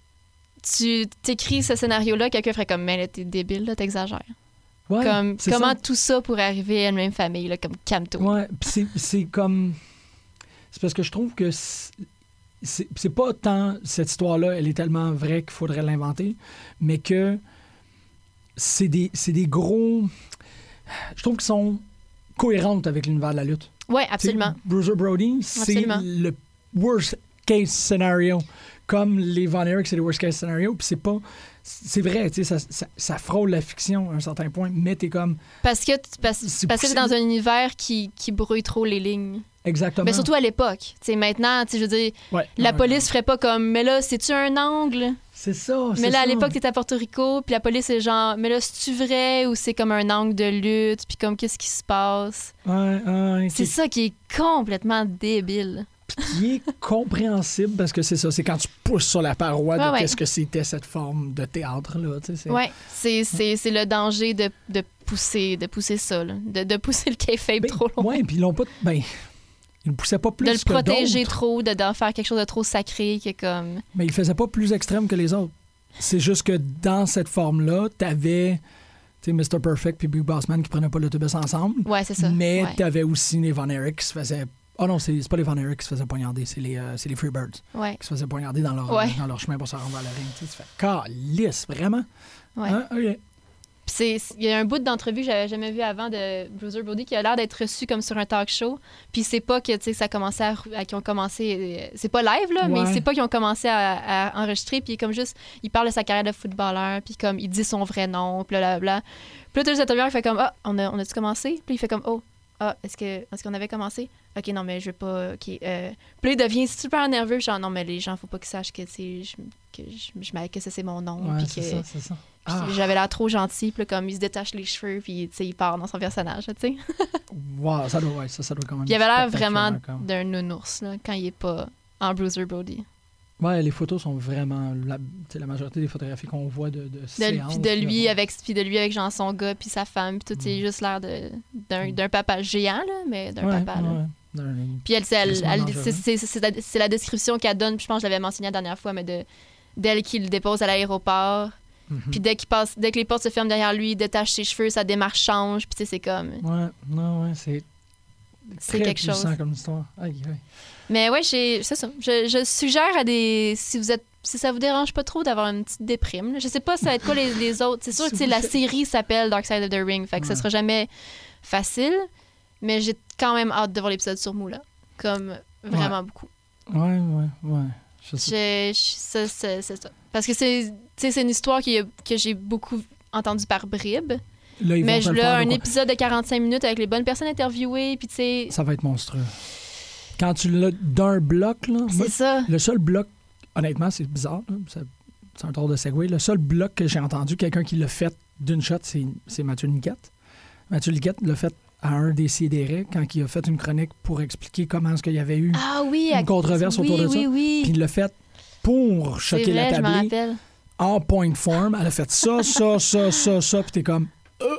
B: tu t'écris ce scénario-là, quelqu'un ferait comme, mais là, t'es débile, là, t'exagères.
D: Ouais,
B: Comme,
D: c'est
B: comment
D: ça.
B: tout ça pourrait arriver à une même famille, là, comme calme-toi.
D: Ouais, pis c'est comme... C'est parce que je trouve que c'est pas tant... Cette histoire-là, elle est tellement vraie qu'il faudrait l'inventer, mais que c'est des gros... Je trouve qu'ils sont cohérentes avec l'univers de la lutte.
B: Ouais, absolument.
D: T'sais, Bruiser Brody, c'est
B: Absolument.
D: le worst case scenario. Comme les Von Erich, c'est le worst case scenario. Puis c'est pas... C'est vrai, tu sais, ça frôle la fiction à un certain point, mais t'es comme...
B: Parce que
D: C'est
B: parce que c'est dans un univers qui brouille trop les lignes.
D: Exactement.
B: Mais surtout à l'époque. Tu sais, maintenant, tu sais, je veux dire,
D: Ouais,
B: la
D: ouais,
B: police ferait pas comme, mais là, c'est-tu un angle?
D: C'est ça,
B: Mais
D: c'est
B: là, à
D: ça.
B: l'époque, t'étais à Porto Rico, puis la police est genre, mais là, c'est-tu vrai ou c'est comme un angle de lutte, puis comme, qu'est-ce qui se passe?
D: Ouais,
B: C'est ça qui est complètement débile.
D: qui est compréhensible parce que c'est ça, c'est quand tu pousses sur la paroi de
B: Ouais.
D: qu'est-ce que c'était cette forme de théâtre-là. Tu sais,
B: Ouais, c'est le danger de pousser ça, là. De pousser le kayfabe trop loin.
D: Ouais, puis ils l'ont pas. Ben, ils le poussaient pas plus
B: De le
D: que
B: protéger
D: d'autres,
B: trop, d'en faire quelque chose de trop sacré que comme...
D: mais ils le faisaient pas plus extrême que les autres. C'est juste que dans cette forme-là, t'avais, tu sais, Mr. Perfect puis Big Boss Man qui prenaient pas l'autobus ensemble.
B: Ouais, c'est ça.
D: Mais
B: Ouais.
D: t'avais aussi les Von Erich qui se faisaient. Oh non, c'est pas les Von Erich qui se faisaient poignarder, c'est les Freebirds
B: Ouais.
D: qui se faisaient poignarder dans leur chemin pour se rendre vers le ring. Tu sais, tu fais calisse, vraiment?
B: Ouais.
D: Hein? OK.
B: Puis il y a un bout d'entrevue que j'avais jamais vu avant de Bruiser Brody qui a l'air d'être reçu comme sur un talk show. Puis c'est pas que, tu sais, ça commençait qu'ils ont commencé... C'est pas live, là,
D: Ouais.
B: mais c'est pas qu'ils ont commencé à enregistrer. Puis comme juste, il parle de sa carrière de footballeur, puis comme, il dit son vrai nom, puis blablabla. Puis là, tout cet intervieweur, il fait comme, ah, on a-tu commencé? Puis il fait comme, oh, ah, est-ce qu'on avait commencé? OK, non, mais je veux pas... OK. Puis là, il devient super nerveux, genre, non, mais les gens, faut pas qu'ils sachent que que ça, c'est mon nom.
D: Ouais,
B: Puis
D: c'est
B: que...
D: ça, c'est ça.
B: Puis
D: Ah.
B: j'avais l'air trop gentil, puis là, comme il se détache les cheveux, puis tu sais, il part dans son personnage, tu sais.
D: Wow, ça doit quand même
B: Puis il avait l'air
D: spectaculaire,
B: vraiment
D: comme.
B: d'un nounours, là, quand il est pas en Bruiser Brody.
D: Ouais, les photos sont vraiment... La majorité des photographies qu'on voit de séances,
B: Puis de lui
D: là,
B: avec genre son gars, puis sa femme, puis tout, c'est juste l'air d'un papa géant, là, mais d'un
D: ouais,
B: papa, là.
D: ouais.
B: Puis
D: Crissement dangereux.
B: c'est la description qu'elle donne, puis je pense que je l'avais mentionné la dernière fois, mais d'elle qui le dépose à l'aéroport.
D: Mhm.
B: Puis dès que les portes se ferment derrière lui, il détache ses cheveux, sa démarche change, puis tu sais, c'est comme...
D: Ouais, non, ouais, c'est
B: C'est
D: très
B: quelque chose.
D: puissant comme histoire. Aïe, aïe.
B: Mais ouais, c'est ça. Je suggère à des... Si ça vous dérange pas trop d'avoir une petite déprime, là. Je sais pas ça va être quoi les autres. C'est sûr que la série s'appelle Dark Side of the Ring, fait que ça
D: Ouais.
B: sera jamais facile, mais j'ai quand même hâte de voir l'épisode sur Moula. Comme vraiment beaucoup.
D: Ouais. Je sais.
B: C'est ça. Parce que c'est une histoire que j'ai beaucoup entendue par bribes.
D: Là, ils
B: Mais
D: vont te le
B: là,
D: faire de
B: un
D: quoi?
B: épisode de 45 minutes avec les bonnes personnes interviewées, puis tu sais,
D: Ça va être monstrueux. Quand tu l'as d'un bloc, là... moi,
B: c'est ça.
D: le seul bloc, honnêtement, c'est bizarre, là, c'est un tour de segway. Le seul bloc que j'ai entendu, quelqu'un qui l'a fait d'une shot, c'est Mathieu Niquette. Mathieu Niquette l'a fait à un des CDR quand il a fait une chronique pour expliquer comment est-ce qu'il y avait eu
B: Ah oui,
D: une controverse autour de ça.
B: Oui.
D: Puis il l'a fait pour
B: C'est
D: choquer
B: vrai,
D: la
B: je m'en
D: tablée
B: rappelle.
D: en point form. Elle a fait ça, puis t'es comme...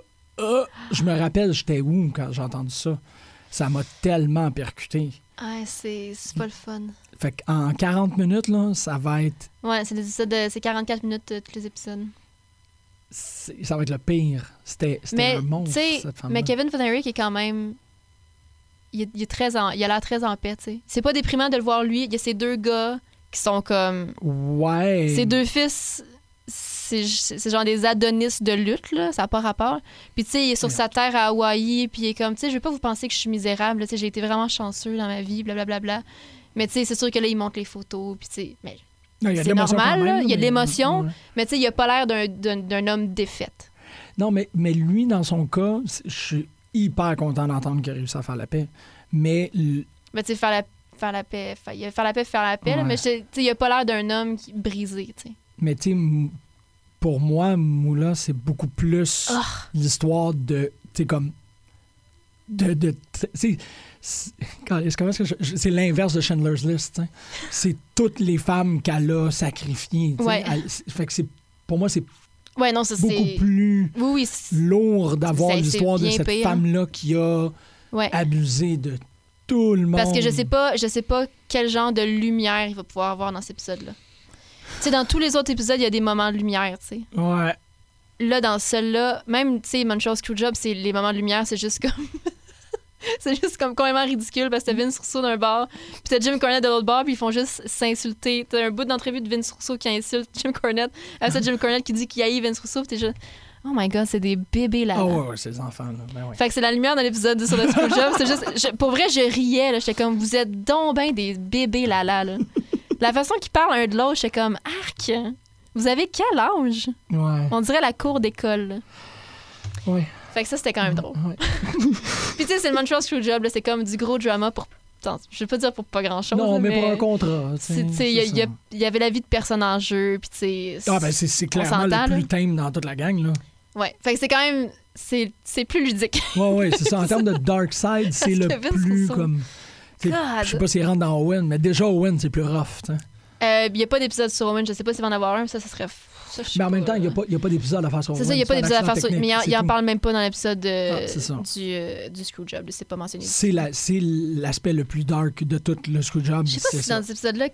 D: Je me rappelle, j'étais où quand j'ai entendu ça? Ça m'a tellement percuté.
B: Ouais, c'est pas le fun.
D: Fait qu'en 40 minutes, là, ça va être...
B: Ouais, c'est 44 minutes tous les épisodes.
D: Ça va être le pire. C'était
B: Mais,
D: un
B: tu
D: monstre,
B: sais,
D: cette femme-là.
B: mais Kevin Von Erich est quand même... Il a l'air très en paix, tu sais. C'est pas déprimant de le voir, lui. Il y a ces deux gars qui sont comme...
D: Ouais.
B: Ses deux fils, c'est genre des Adonis de lutte, là. Ça n'a pas rapport. Puis, tu sais, il est sur sa terre à Hawaï, puis il est comme... Tu sais, je veux pas vous penser que je suis misérable, là. Tu sais, j'ai été vraiment chanceux dans ma vie, blablabla. Mais, tu sais, c'est sûr que là, il montre les photos, puis, tu sais... Mais,
D: Non, il y a de
B: c'est
D: l'émotion
B: normal,
D: quand même,
B: là. Il y a de
D: mais-
B: l'émotion.
D: ouais.
B: mais tu sais, il a pas l'air d'un homme défaite.
D: Non, mais lui, dans son cas, je suis hyper content d'entendre qu'il a réussi à faire la paix. Mais
B: Mais tu sais, faire la paix, là,
D: Ouais.
B: mais tu sais, il a pas l'air d'un homme brisé, tu sais.
D: Mais tu sais, pour moi, Moula, c'est beaucoup plus l'histoire de, tu sais, comme... C'est l'inverse de Chandler's List, tu sais. C'est toutes les femmes qu'elle a sacrifiées, tu sais.
B: Ouais.
D: Fait que pour moi, c'est
B: Ouais, non, ça,
D: beaucoup
B: c'est...
D: plus
B: Oui,
D: lourd d'avoir
B: c'est
D: l'histoire de
B: bien
D: cette
B: pire.
D: femme-là qui a
B: Ouais.
D: abuser de tout le monde.
B: Parce que je sais pas quel genre de lumière il va pouvoir avoir dans cet épisode-là. Tu sais, dans tous les autres épisodes, il y a des moments de lumière, tu sais.
D: Ouais.
B: Là, dans celui-là, même, tu sais, Montreal Screwjob, c'est les moments de lumière, c'est juste comme... c'est juste comme complètement ridicule parce que t'as Vince Russo d'un bord, puis t'as Jim Cornette de l'autre bord, puis ils font juste s'insulter. T'as un bout d'entrevue de Vince Russo qui insulte Jim Cornette. Après ça, Jim Cornette qui dit qu'il haït Vince Russo, puis t'es juste... Oh my God, c'est des bébés là.
D: Oh, ouais, ces enfants-là. Ben ouais.
B: Fait que c'est la lumière dans l'épisode sur le Screwjob. C'est juste... pour vrai, je riais, là. J'étais comme, vous êtes donc ben des bébés là. La façon qu'ils parlent un de l'autre, j'étais comme, arc! Vous avez quel âge?
D: Ouais.
B: On dirait la cour d'école. Là.
D: Ouais.
B: Fait que ça, c'était quand même drôle.
D: Ouais.
B: Puis tu sais, c'est le Montreal Screwjob, là, c'est comme du gros drama pour... Je vais pas dire pour pas grand-chose.
D: Non,
B: là,
D: mais pour un contrat.
B: tu sais, il y avait la vie de personne en jeu, puis tu sais...
D: Ah, ben c'est clairement
B: s'entend,
D: le plus
B: là.
D: tame dans toute la gang, là.
B: Ouais, fait que c'est quand même... C'est plus ludique.
D: Ouais, c'est ça. En termes de Dark Side, c'est le
B: que Vince
D: plus
B: Russo-
D: comme...
B: God.
D: Je sais pas s'il rentre dans Owen, mais déjà Owen, c'est plus rough, tu sais.
B: Il y a pas d'épisode sur Owen, je sais pas s'il va en avoir un, ça serait... Ça, je sais
D: Mais en même temps,
B: là.
D: il n'y a pas d'épisode à faire sur
B: C'est
D: Owen.
B: ça, il n'y a pas
D: un
B: d'épisode à
D: accident
B: faire sur... Mais
D: technique,
B: il en
D: c'est
B: parle même pas dans l'épisode
D: c'est ça.
B: du Screwjob, c'est pas mentionné.
D: C'est l'aspect le plus dark de tout le Screwjob.
B: Je sais pas si
D: c'est
B: c'est
D: ça.
B: dans cet épisode-là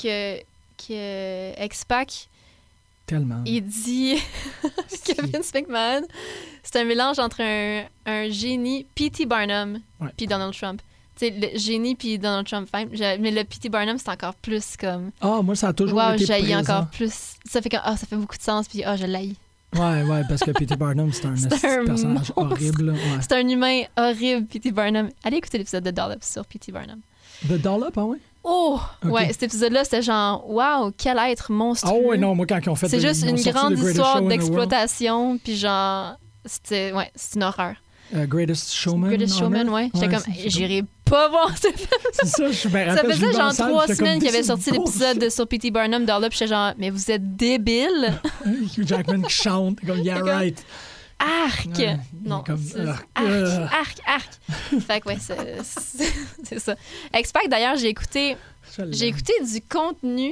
B: que X-Pac,
D: Tellement.
B: il dit que Vince McMahon, c'est un mélange entre un génie, P.T. Barnum,
D: Ouais.
B: puis Donald Trump. Tu sais, le génie puis Donald Trump, fine. Mais le P.T. Barnum, c'est encore plus comme...
D: Ah, moi, ça a toujours
B: Wow,
D: été
B: j'haïs
D: présent.
B: encore plus. Ça fait que ça fait beaucoup de sens, puis je l'haïs.
D: Ouais, parce que Peter Barnum, c'est un personnage
B: monstre.
D: horrible. Ouais.
B: C'est un humain horrible, P.T. Barnum. Allez écouter l'épisode de Dollop sur P.T. Barnum.
D: The Dollop, ah ouais?
B: Oh!
D: Ok.
B: Ouais, cet épisode-là, c'était genre, wow, quel être monstrueux.
D: Ah ouais, non, moi, quand ils ont fait...
B: C'est juste
D: ils ont
B: une
D: sorti
B: grande
D: The Greatest
B: histoire
D: Show in the World.
B: d'exploitation, puis genre, c'est une horreur.
D: Greatest Showman.
B: Greatest
D: on
B: Showman,
D: Earth?
B: ouais. J'étais comme,
D: c'est
B: j'irai pas voir ce film.
D: C'est ça, je me
B: Ça
D: rappelle.
B: faisait genre 3 semaines qu'il avait
D: avait
B: sorti l'épisode sur P.T. Barnum Dollop, puis j'étais genre, mais vous êtes débile.
D: Hugh Jackman qui chante, comme yeah,
B: C'est comme-
D: right.
B: Arc!
D: Ouais, il
B: Non,
D: est comme,
B: c'est-
D: arc.
B: arc. Fait que ouais, c'est ça. X-Pac, d'ailleurs, j'ai écouté du contenu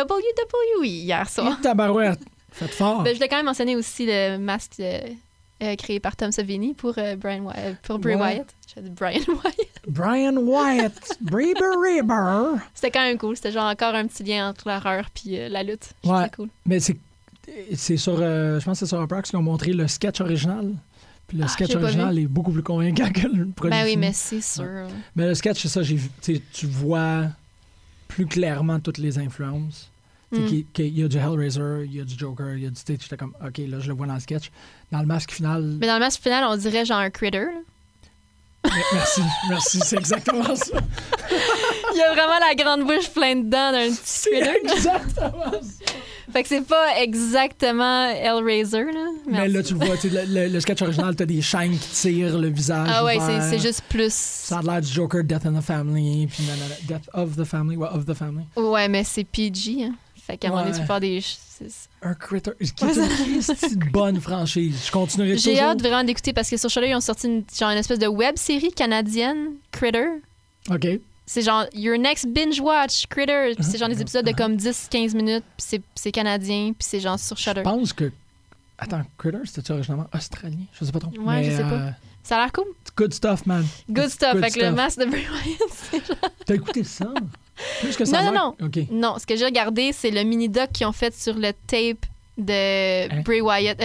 B: WWE hier soir.
D: Tabarouette, faites fort.
B: Ben, je voulais quand même mentionner aussi le masque créé par Tom Savini pour Bray
D: Ouais.
B: Wyatt. J'ai dit Brian Wyatt.
D: Brian Wyatt, Reber.
B: C'était quand même cool. C'était genre encore un petit lien entre l'horreur puis la lutte.
D: Ouais.
B: C'était cool.
D: Mais c'est sur, je pense que c'est sur Uproxx qu'ils ont montré le sketch original. Puis le sketch
B: j'ai pas
D: original est beaucoup plus convaincant que le produit.
B: Ben oui,
D: fini.
B: mais c'est sûr.
D: Mais le sketch, c'est ça, tu vois plus clairement toutes les influences. Il y a du Hellraiser, il y a du Joker, il y a du Stitch. J'étais comme, OK, là, je le vois dans le sketch. Dans le masque final...
B: Mais dans le masque final, on dirait genre un critter. là.
D: Merci, c'est exactement ça.
B: Il y a vraiment la grande bouche pleine de dents d'un petit
D: C'est
B: critter.
D: exactement ça.
B: Fait que c'est pas exactement Hellraiser, là.
D: Mais là, tu le vois, tu sais, le sketch original, t'as des chaînes qui tirent le visage.
B: Ah ouais,
D: ouvert.
B: c'est juste plus...
D: Ça a l'air du Joker, Death in the Family, puis nanana, Death of the Family, ouais, of the Family.
B: Ouais, mais c'est PG, hein. Fait qu'à un moment donné, tu peux faire des...
D: Un Critter, qui est une bonne franchise. Je continuerai
B: J'ai
D: toujours.
B: hâte vraiment d'écouter parce que sur Shudder, ils ont sorti une espèce de web série canadienne, Critter.
D: OK.
B: C'est genre Your Next Binge Watch, Critter. Puis c'est genre des épisodes de comme 10-15 minutes. Puis c'est canadien. Puis c'est genre sur
D: Je
B: Shudder.
D: pense que... Attends, Critter, c'était-tu originalement australien? Je sais pas trop.
B: Ouais,
D: Mais,
B: je sais pas. Ça a l'air cool.
D: Good stuff, man.
B: Good stuff.
D: Good
B: Fait que le
D: stuff.
B: masque de Bray Wyatt, c'est genre...
D: T'as écouté ça? Plus que ça.
B: Non.
D: OK.
B: Non, ce que j'ai regardé, c'est le mini-doc qu'ils ont fait sur le tape de Bray Wyatt.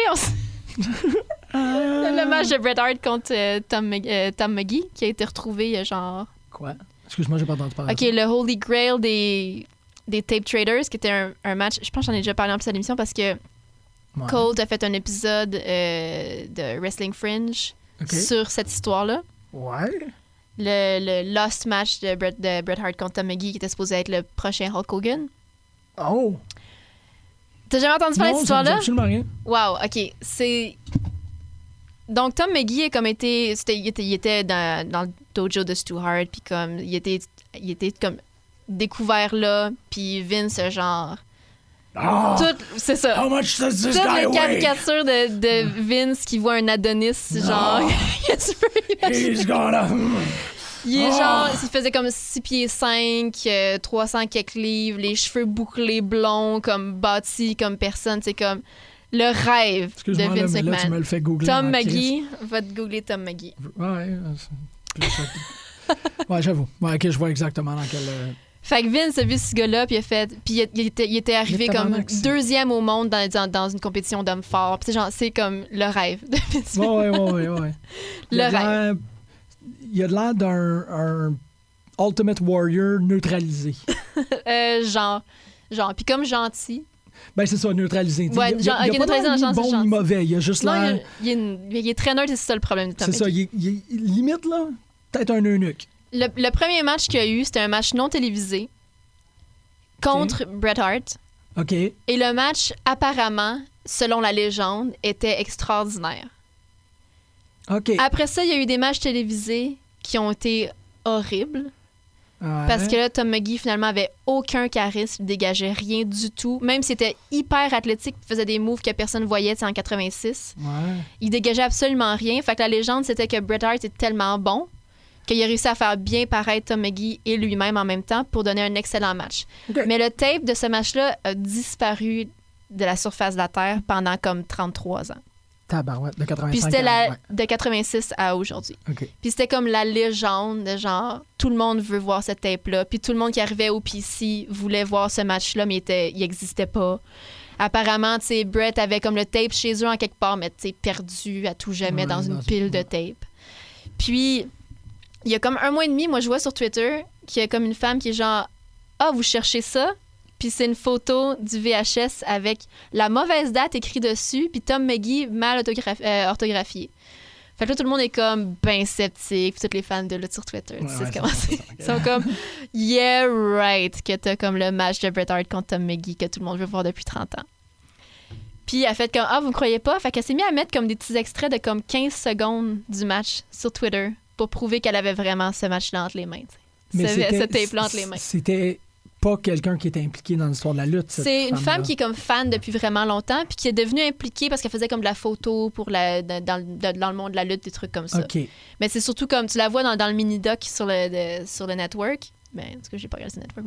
B: Le match de Bret Hart contre Tom McGee qui a été retrouvé genre...
D: Quoi? Excuse-moi, j'ai pas entendu parler.
B: OK, le Holy Grail des Tape Traders, qui était un match... Je pense que j'en ai déjà parlé en plus à l'émission parce que
D: Ouais.
B: Colt a fait un épisode de Wrestling Fringe
D: OK.
B: sur cette histoire-là.
D: Ouais.
B: Le Lost Match de Bret Hart contre Tom McGee qui était supposé être le prochain Hulk Hogan.
D: Oh!
B: T'as jamais entendu parler de cette
D: ça me dit
B: histoire-là?
D: absolument rien.
B: Wow, OK. C'est... Donc, Tom McGee a comme été... Il était dans le dojo de Stu Hart, puis comme... Il était comme découvert là, puis Vince, genre...
D: Ah!
B: C'est ça.
D: How much does this
B: Toutes
D: guy
B: les
D: weigh?
B: caricatures de Vince qui voit un Adonis, genre... tu peux imaginer.
D: He's gonna...
B: Il est genre... Il faisait comme 6 pieds 5, 300 quelques livres, les cheveux bouclés blonds, comme bâtis, comme personne. C'est comme le rêve de
D: Excuse-moi, là,
B: Vince
D: mais là, tu me
B: McMahon.
D: le fais googler.
B: Tom
D: en crise.
B: McGee, va te googler Tom McGee.
D: Ouais. Puis là, ouais, j'avoue. Ouais, OK, je vois exactement dans quel...
B: Fait que Vince a vu ce gars-là, puis il était arrivé comme
D: tabarnak,
B: deuxième au monde dans une compétition d'hommes forts. Puis genre, c'est comme le rêve de Vince.
D: Ouais. Il a de l'air d'un un Ultimate Warrior neutralisé.
B: Genre. Puis comme gentil.
D: Ben, c'est ça, neutralisé.
B: Ouais,
D: il y a pas
B: neutralisé dans le
D: l'air
B: sens
D: ni bon
B: gentil.
D: ni mauvais. Il a juste
B: Non,
D: l'air...
B: il est très neutre, c'est ça le problème de Tom
D: C'est ça,
B: McGee.
D: il est limite, là, peut-être un eunuque.
B: Le premier match qu'il y a eu, c'était un match non télévisé contre Bret Hart.
D: OK.
B: Et le match, apparemment, selon la légende, était extraordinaire.
D: OK.
B: Après ça, il y a eu des matchs télévisés qui ont été horribles.
D: Ouais.
B: Parce que là, Tom McGee, finalement, avait aucun charisme, dégageait rien du tout. Même s'il était hyper athlétique, il faisait des moves que personne voyait en 86.
D: Ouais.
B: Il dégageait absolument rien. Fait que la légende, c'était que Bret Hart était tellement bon qu'il a réussi à faire bien paraître Tom McGee et lui-même en même temps pour donner un excellent match.
D: OK.
B: Mais le tape de ce match-là a disparu de la surface de la Terre pendant comme 33 ans.
D: Tabarouette, de 85
B: Puis c'était
D: ans,
B: de 86 à aujourd'hui.
D: ouais. OK.
B: Puis c'était comme la légende de genre, tout le monde veut voir ce tape-là. Puis tout le monde qui arrivait au PC voulait voir ce match-là, mais il n'existait pas. Apparemment, tu sais, Bret avait comme le tape chez eux en quelque part, mais tu sais, perdu à tout jamais
D: Ouais,
B: dans une
D: dans
B: pile de tape. Puis, il y a comme 1 mois et demi, moi, je vois sur Twitter qu'il y a comme une femme qui est genre, ah, vous cherchez ça? Puis c'est une photo du VHS avec la mauvaise date écrite dessus, puis Tom McGee mal orthographié. Fait que là, tout le monde est comme ben sceptique, puis toutes les fans de lutte sur Twitter, tu sais comment c'est. Ils sont comme yeah, right, que t'as comme le match de Bret Hart contre Tom McGee que tout le monde veut voir depuis 30 ans. Puis elle a fait comme ah, vous me croyez pas? Fait qu'elle s'est mise à mettre comme des petits extraits de comme 15 secondes du match sur Twitter pour prouver qu'elle avait vraiment ce match-là entre les mains. Ce tape-là entre les mains.
D: C'était pas quelqu'un qui était impliqué dans l'histoire de la lutte.
B: C'est une femme qui est comme fan depuis vraiment longtemps puis qui est devenue impliquée parce qu'elle faisait comme de la photo pour dans le monde de la lutte, des trucs comme ça.
D: OK.
B: Mais c'est surtout comme tu la vois dans le mini-doc sur le network. Ben, en tout cas, j'ai pas regardé ce network.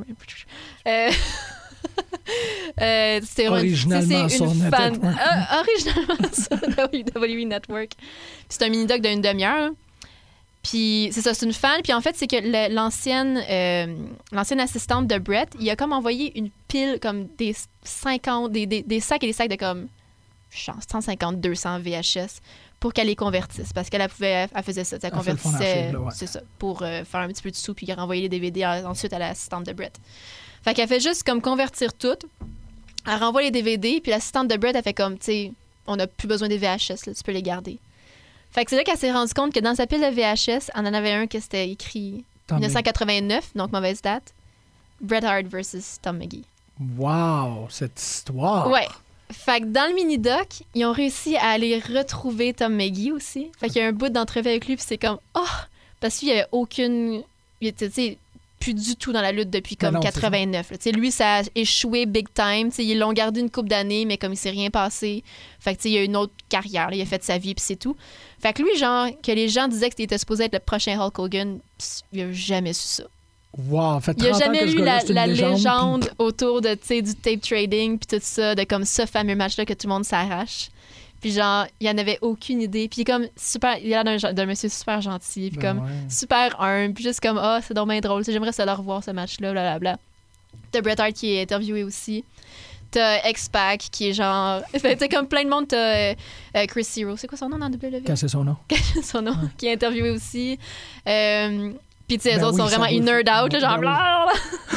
B: C'est
D: originalement sur
B: fan.
D: Network.
B: Originalement sur WWE Network. Puis c'est un mini-doc d'une demi-heure. Puis c'est ça, c'est une fan. Puis en fait, c'est que l'ancienne assistante de Bret, il a comme envoyé une pile comme des sacs et des sacs de comme 150-200 VHS pour qu'elle les convertisse. Parce qu'elle faisait ça. Elle convertissait, c'est ça, pour faire un petit peu de sous puis renvoyer les DVD ensuite à l'assistante de Bret. Fait qu'elle fait juste comme convertir tout. Elle renvoie les DVD, puis l'assistante de Bret, elle fait comme, tu sais, on n'a plus besoin des VHS, là, tu peux les garder. Fait que c'est là qu'elle s'est rendue compte que dans sa pile de VHS, elle en avait un qui c'était écrit 1989, donc mauvaise date. Bret Hart versus Tom McGee.
D: Wow, cette histoire!
B: Ouais. Fait que dans le mini-doc, ils ont réussi à aller retrouver Tom McGee aussi. Fait qu'il y a un bout d'entrevue avec lui, puis c'est comme, oh! Parce qu'il n'y avait aucune. Il était, tu sais, plus du tout dans la lutte depuis comme
D: non,
B: 89. Tu sais, lui, ça a échoué big time. Tu sais, ils l'ont gardé une couple d'années, mais comme il s'est rien passé, fait que tu sais, il a une autre carrière. Là, il a fait sa vie, puis c'est tout. Fait que lui, genre, que les gens disaient qu'il était supposé être le prochain Hulk Hogan, il a jamais su ça.
D: Wow, fait 30
B: il a jamais
D: ans que
B: lu la légende
D: puis...
B: autour de, tu sais, du tape trading, puis tout ça, de comme ce fameux match-là que tout le monde s'arrache. Puis genre, il en avait aucune idée. Puis il est comme super, il a l'air d'un monsieur super gentil, puis comme super humble, puis juste comme c'est donc bien drôle. J'aimerais ça le revoir ce match-là, blablabla. T'as Bret Hart qui est interviewé aussi. T'as X-Pac qui est genre, t'as comme plein de monde. T'as Chris Hero, c'est quoi son nom dans WWE?
D: Casser son nom.
B: Son nom, qui est interviewé aussi. Puis tu sais, les autres sont vraiment une nerd out, là, genre blablabla.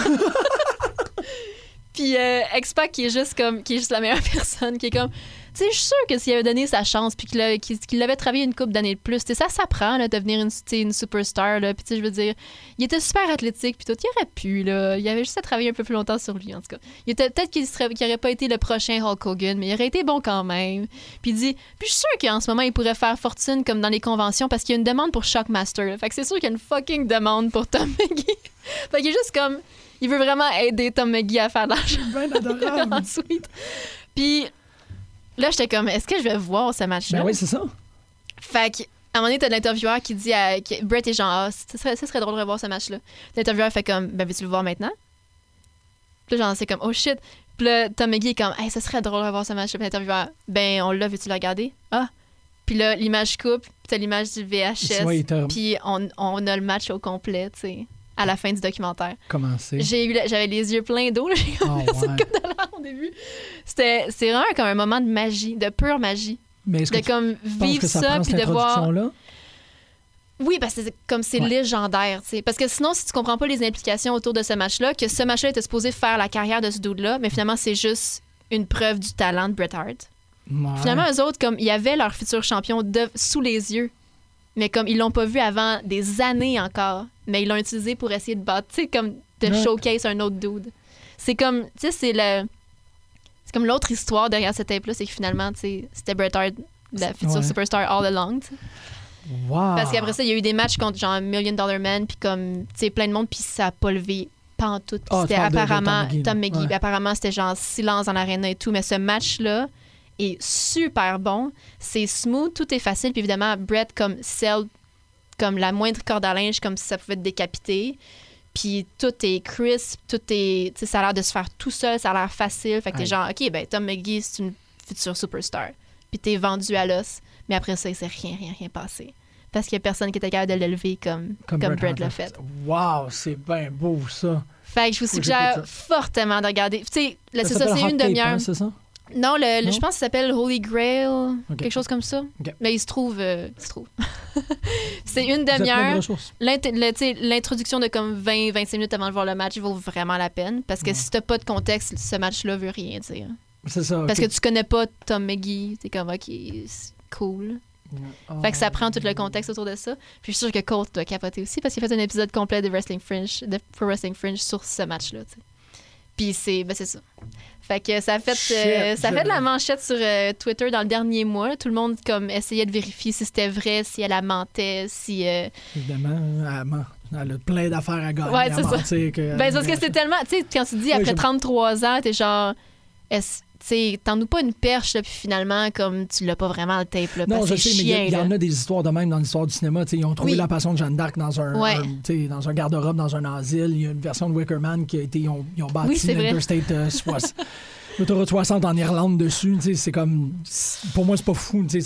B: Puis X-Pac qui est juste la meilleure personne, qui est comme, tu sais, je suis sûre que s'il avait donné sa chance puis qu'il l'avait travaillé une couple d'années de plus, tu sais, ça s'apprend là, de devenir une superstar, là. Puis tu sais, je veux dire, il était super athlétique puis tout, il aurait pu, là. Il avait juste à travailler un peu plus longtemps sur lui, en tout cas. Peut-être qu'il aurait pas été le prochain Hulk Hogan, mais il aurait été bon quand même. Puis il dit, puis je suis sûre qu'en ce moment, il pourrait faire fortune comme dans les conventions parce qu'il y a une demande pour Shockmaster, là. Fait que c'est sûr qu'il y a une fucking demande pour Tom McGee. Fait qu'il est juste comme, il veut vraiment aider Tom McGee à faire de l'argent.
D: Ben adorable.
B: Ensuite. Puis là, j'étais comme, est-ce que je vais voir ce match-là?
D: Ben oui, c'est ça.
B: Fait qu'à un moment donné, t'as l'intervieweur qui dit que Bret est genre, ce serait drôle de revoir ce match-là. L'intervieweur fait comme, ben veux-tu le voir maintenant? Puis là, genre, c'est comme, oh shit. Puis là, Tom McGee est comme, hey, ce serait drôle de revoir ce match-là. Puis l'intervieweur, ben on l'a, veux-tu le regarder? Ah. Puis là, l'image coupe, puis t'as l'image du VHS.
D: Ouais,
B: Puis on a le match au complet, tu sais, à la fin du documentaire.
D: Comment c'est?
B: J'avais les yeux pleins d'eau, là, j'ai comme versé une coupe de larmes au début. C'est vraiment comme un moment de magie, de pure magie.
D: Mais est-ce
B: de
D: que
B: comme vivre ça, puis de voir...
D: là?
B: Oui, parce que c'est légendaire, tu sais. Parce que sinon, si tu comprends pas les implications autour de ce match-là, que ce match-là était supposé faire la carrière de ce dude-là, mais finalement, c'est juste une preuve du talent de Bret Hart.
D: Ouais.
B: Finalement, eux autres, comme, ils avaient leur futur champion sous les yeux, mais comme ils l'ont pas vu avant des années encore, mais ils l'ont utilisé pour essayer de battre, tu sais, comme de showcase un autre dude. C'est comme, tu sais, c'est comme l'autre histoire derrière cette tape-là, c'est que finalement, tu sais, c'était Bret Hart, la future superstar all along, tu sais.
D: Wow.
B: Parce qu'après ça, il y a eu des matchs contre genre $1 Million Man, puis comme, tu sais, plein de monde, puis ça a pas levé pantoute. C'était apparemment Tom McGee. Apparemment, c'était genre silence dans l'aréna et tout, mais ce match-là est super bon. C'est smooth, tout est facile, puis évidemment, Bret comme sell comme la moindre corde à linge, comme si ça pouvait te décapiter. Puis tout est crisp, tout est, tu sais, ça a l'air de se faire tout seul, ça a l'air facile. Fait que t'es genre, OK, ben Tom McGee, c'est une future superstar. Puis t'es vendu à l'os. Mais après ça, il s'est rien passé. Parce qu'il y a personne qui était capable de le lever comme Bret l'a fait.
D: Wow, c'est bien beau, ça.
B: Fait que je vous suggère fortement de regarder. Tu sais, c'est ça, c'est une demi-heure.
D: Hein, c'est ça?
B: Non, je pense que ça s'appelle Holy Grail, quelque chose comme ça.
D: Okay.
B: Mais il se trouve. C'est une demi-heure. L'introduction de comme 20-25 minutes avant de voir le match vaut vraiment la peine. Parce que si t'as pas de contexte, ce match-là veut rien dire.
D: C'est ça.
B: Parce que tu connais pas Tom McGee. T'es comme, OK, c'est cool. Fait que ça prend tout le contexte autour de ça. Puis je suis sûre que Colt doit capoter aussi parce qu'il a fait un épisode complet de Pro Wrestling Fringe sur ce match-là. T'sais. Puis c'est ça. Fait que ça a fait de la manchette sur Twitter dans le dernier mois. Tout le monde comme essayait de vérifier si c'était vrai, si elle mentait, si...
D: Évidemment, elle a plein d'affaires à gagner.
B: Ouais, c'est ça. Ben, parce que c'est tellement... Tu sais, quand tu dis après 33 ans, t'es genre... t'en nous pas une perche, là, puis finalement, comme tu l'as pas vraiment le tape. Là,
D: non,
B: je
D: sais, mais il y en a des histoires de même dans l'histoire du cinéma. T'sais, ils ont trouvé la passion de Jeanne d'Arc dans un garde-robe, dans un asile. Il y a une version de Wickerman qui a été. Ils ont bâti l'Interstate 60. L'autoroute 60 en Irlande dessus. C'est comme. Pour moi, c'est pas fou. C'est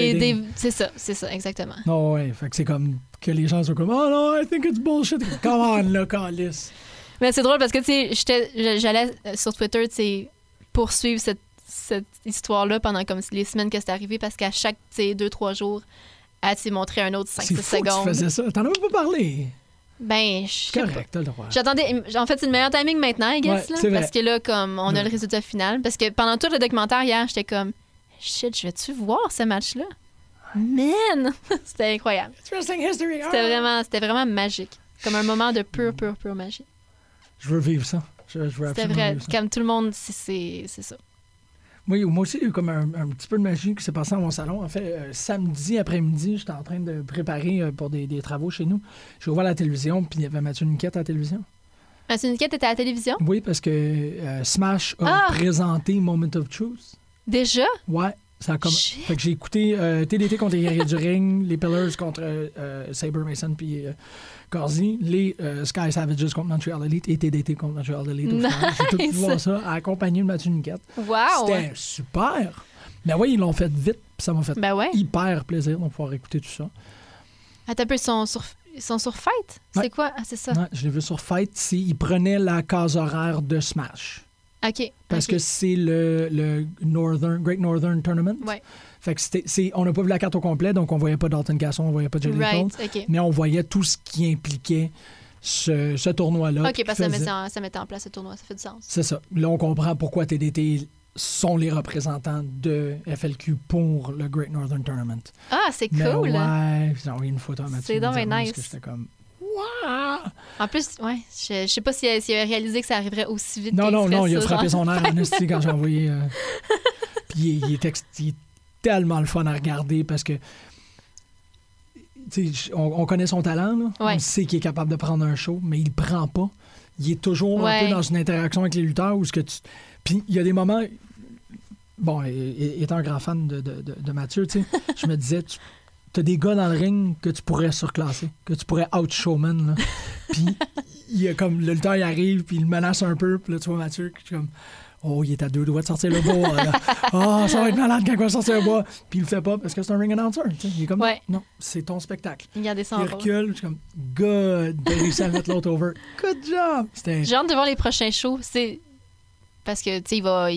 B: ça, exactement.
D: Non, ouais. Fait que c'est comme. Que les gens sont comme. Oh non, I think it's bullshit. Come on, là, calice.
B: Mais c'est drôle parce que, tu sais, j'allais sur Twitter, tu sais, poursuivre cette histoire-là pendant comme les semaines que c'est arrivé parce qu'à chaque 2-3 jours, elle s'est montré un autre 5-6 secondes.
D: Tu faisais ça. T'en as même pas parlé.
B: Ben, je sais
D: correct, t'as le droit.
B: J'attendais. En fait, c'est le meilleur timing maintenant, I guess.
D: Ouais,
B: là, parce que là, comme on a le résultat final. Parce que pendant tout le documentaire hier, j'étais comme shit, je vais-tu voir ce match-là? Man! C'était incroyable. C'était vraiment magique. Comme un moment de pure magie.
D: Je veux vivre ça. Je veux
B: C'était vrai. Comme tout le monde, c'est ça.
D: Oui, moi aussi, il y a eu comme un petit peu de magie qui s'est passé dans mon salon. En fait, samedi après-midi, j'étais en train de préparer pour des travaux chez nous. J'ai ouvert la télévision, puis il y avait Mathieu Niquette à la télévision.
B: Mathieu Niquette était à la télévision?
D: Oui, parce que Smash a présenté Moment of Truth.
B: Déjà?
D: Ouais. Ça a fait que j'ai écouté TDT contre les Guerriers du Ring, les Pillars contre Sabre Mason puis Corsi, les Sky Savages contre Montreal Elite et TDT contre Montreal Elite. Nice. J'ai tout pu voir ça accompagné de Mathieu Niquette.
B: Wow!
D: C'était super! Mais oui, ils l'ont fait vite, puis ça m'a fait hyper plaisir de pouvoir écouter tout ça.
B: Attends un peu, ils sont sur Fight? Ouais. C'est quoi? Ah, c'est ça.
D: Ouais, je l'ai vu sur Fight. Ils prenaient la case horaire de Smash.
B: OK.
D: Parce que c'est le Great Northern Tournament.
B: Ouais.
D: Fait que on n'a pas vu la carte au complet, donc on voyait pas Dalton Casson, on voyait pas Jelly Cole, mais on voyait tout ce qui impliquait ce tournoi-là.
B: OK, parce que ça mettait en place ce tournoi, ça fait du sens.
D: C'est ça. Là, on comprend pourquoi TDT sont les représentants de FLQ pour le Great Northern Tournament.
B: Ah, c'est cool!
D: Ouais, j'ai envoyé une photo à Mathieu.
B: C'est donc nice.
D: Parce que j'étais comme... Wow!
B: En plus, ouais, je sais pas s'il avait réalisé que ça arriverait aussi vite.
D: Non, il a frappé son air en esti quand j'ai envoyé. Puis il est tellement le fun à regarder parce que on connaît son talent, là. Ouais. On sait qu'il est capable de prendre un show, mais il le prend pas. Il est toujours un peu dans une interaction avec les lutteurs où Puis il y a des moments. Bon, étant un grand fan de Mathieu, tu sais, je me disais. T'as des gars dans le ring que tu pourrais surclasser, que tu pourrais out-showman, là. Puis, il y a comme, le lutteur, il arrive, puis il le menace un peu, puis là, tu vois Mathieu, qui est comme, Oh, il est à 2 doigts de sortir le bois. Là. Oh, ça va être malade quand il va sortir le bois. Puis il le fait pas parce que c'est un ring announcer. Tu sais, il est comme,
B: Ouais.
D: non, c'est ton spectacle.
B: Il gardait ça en
D: Il
B: pause.
D: recule, je suis comme, good. Il a réussi à mettre l'autre over. Good job. C'était...
B: J'ai hâte de voir les prochains shows. C'est parce que, tu sais, il va...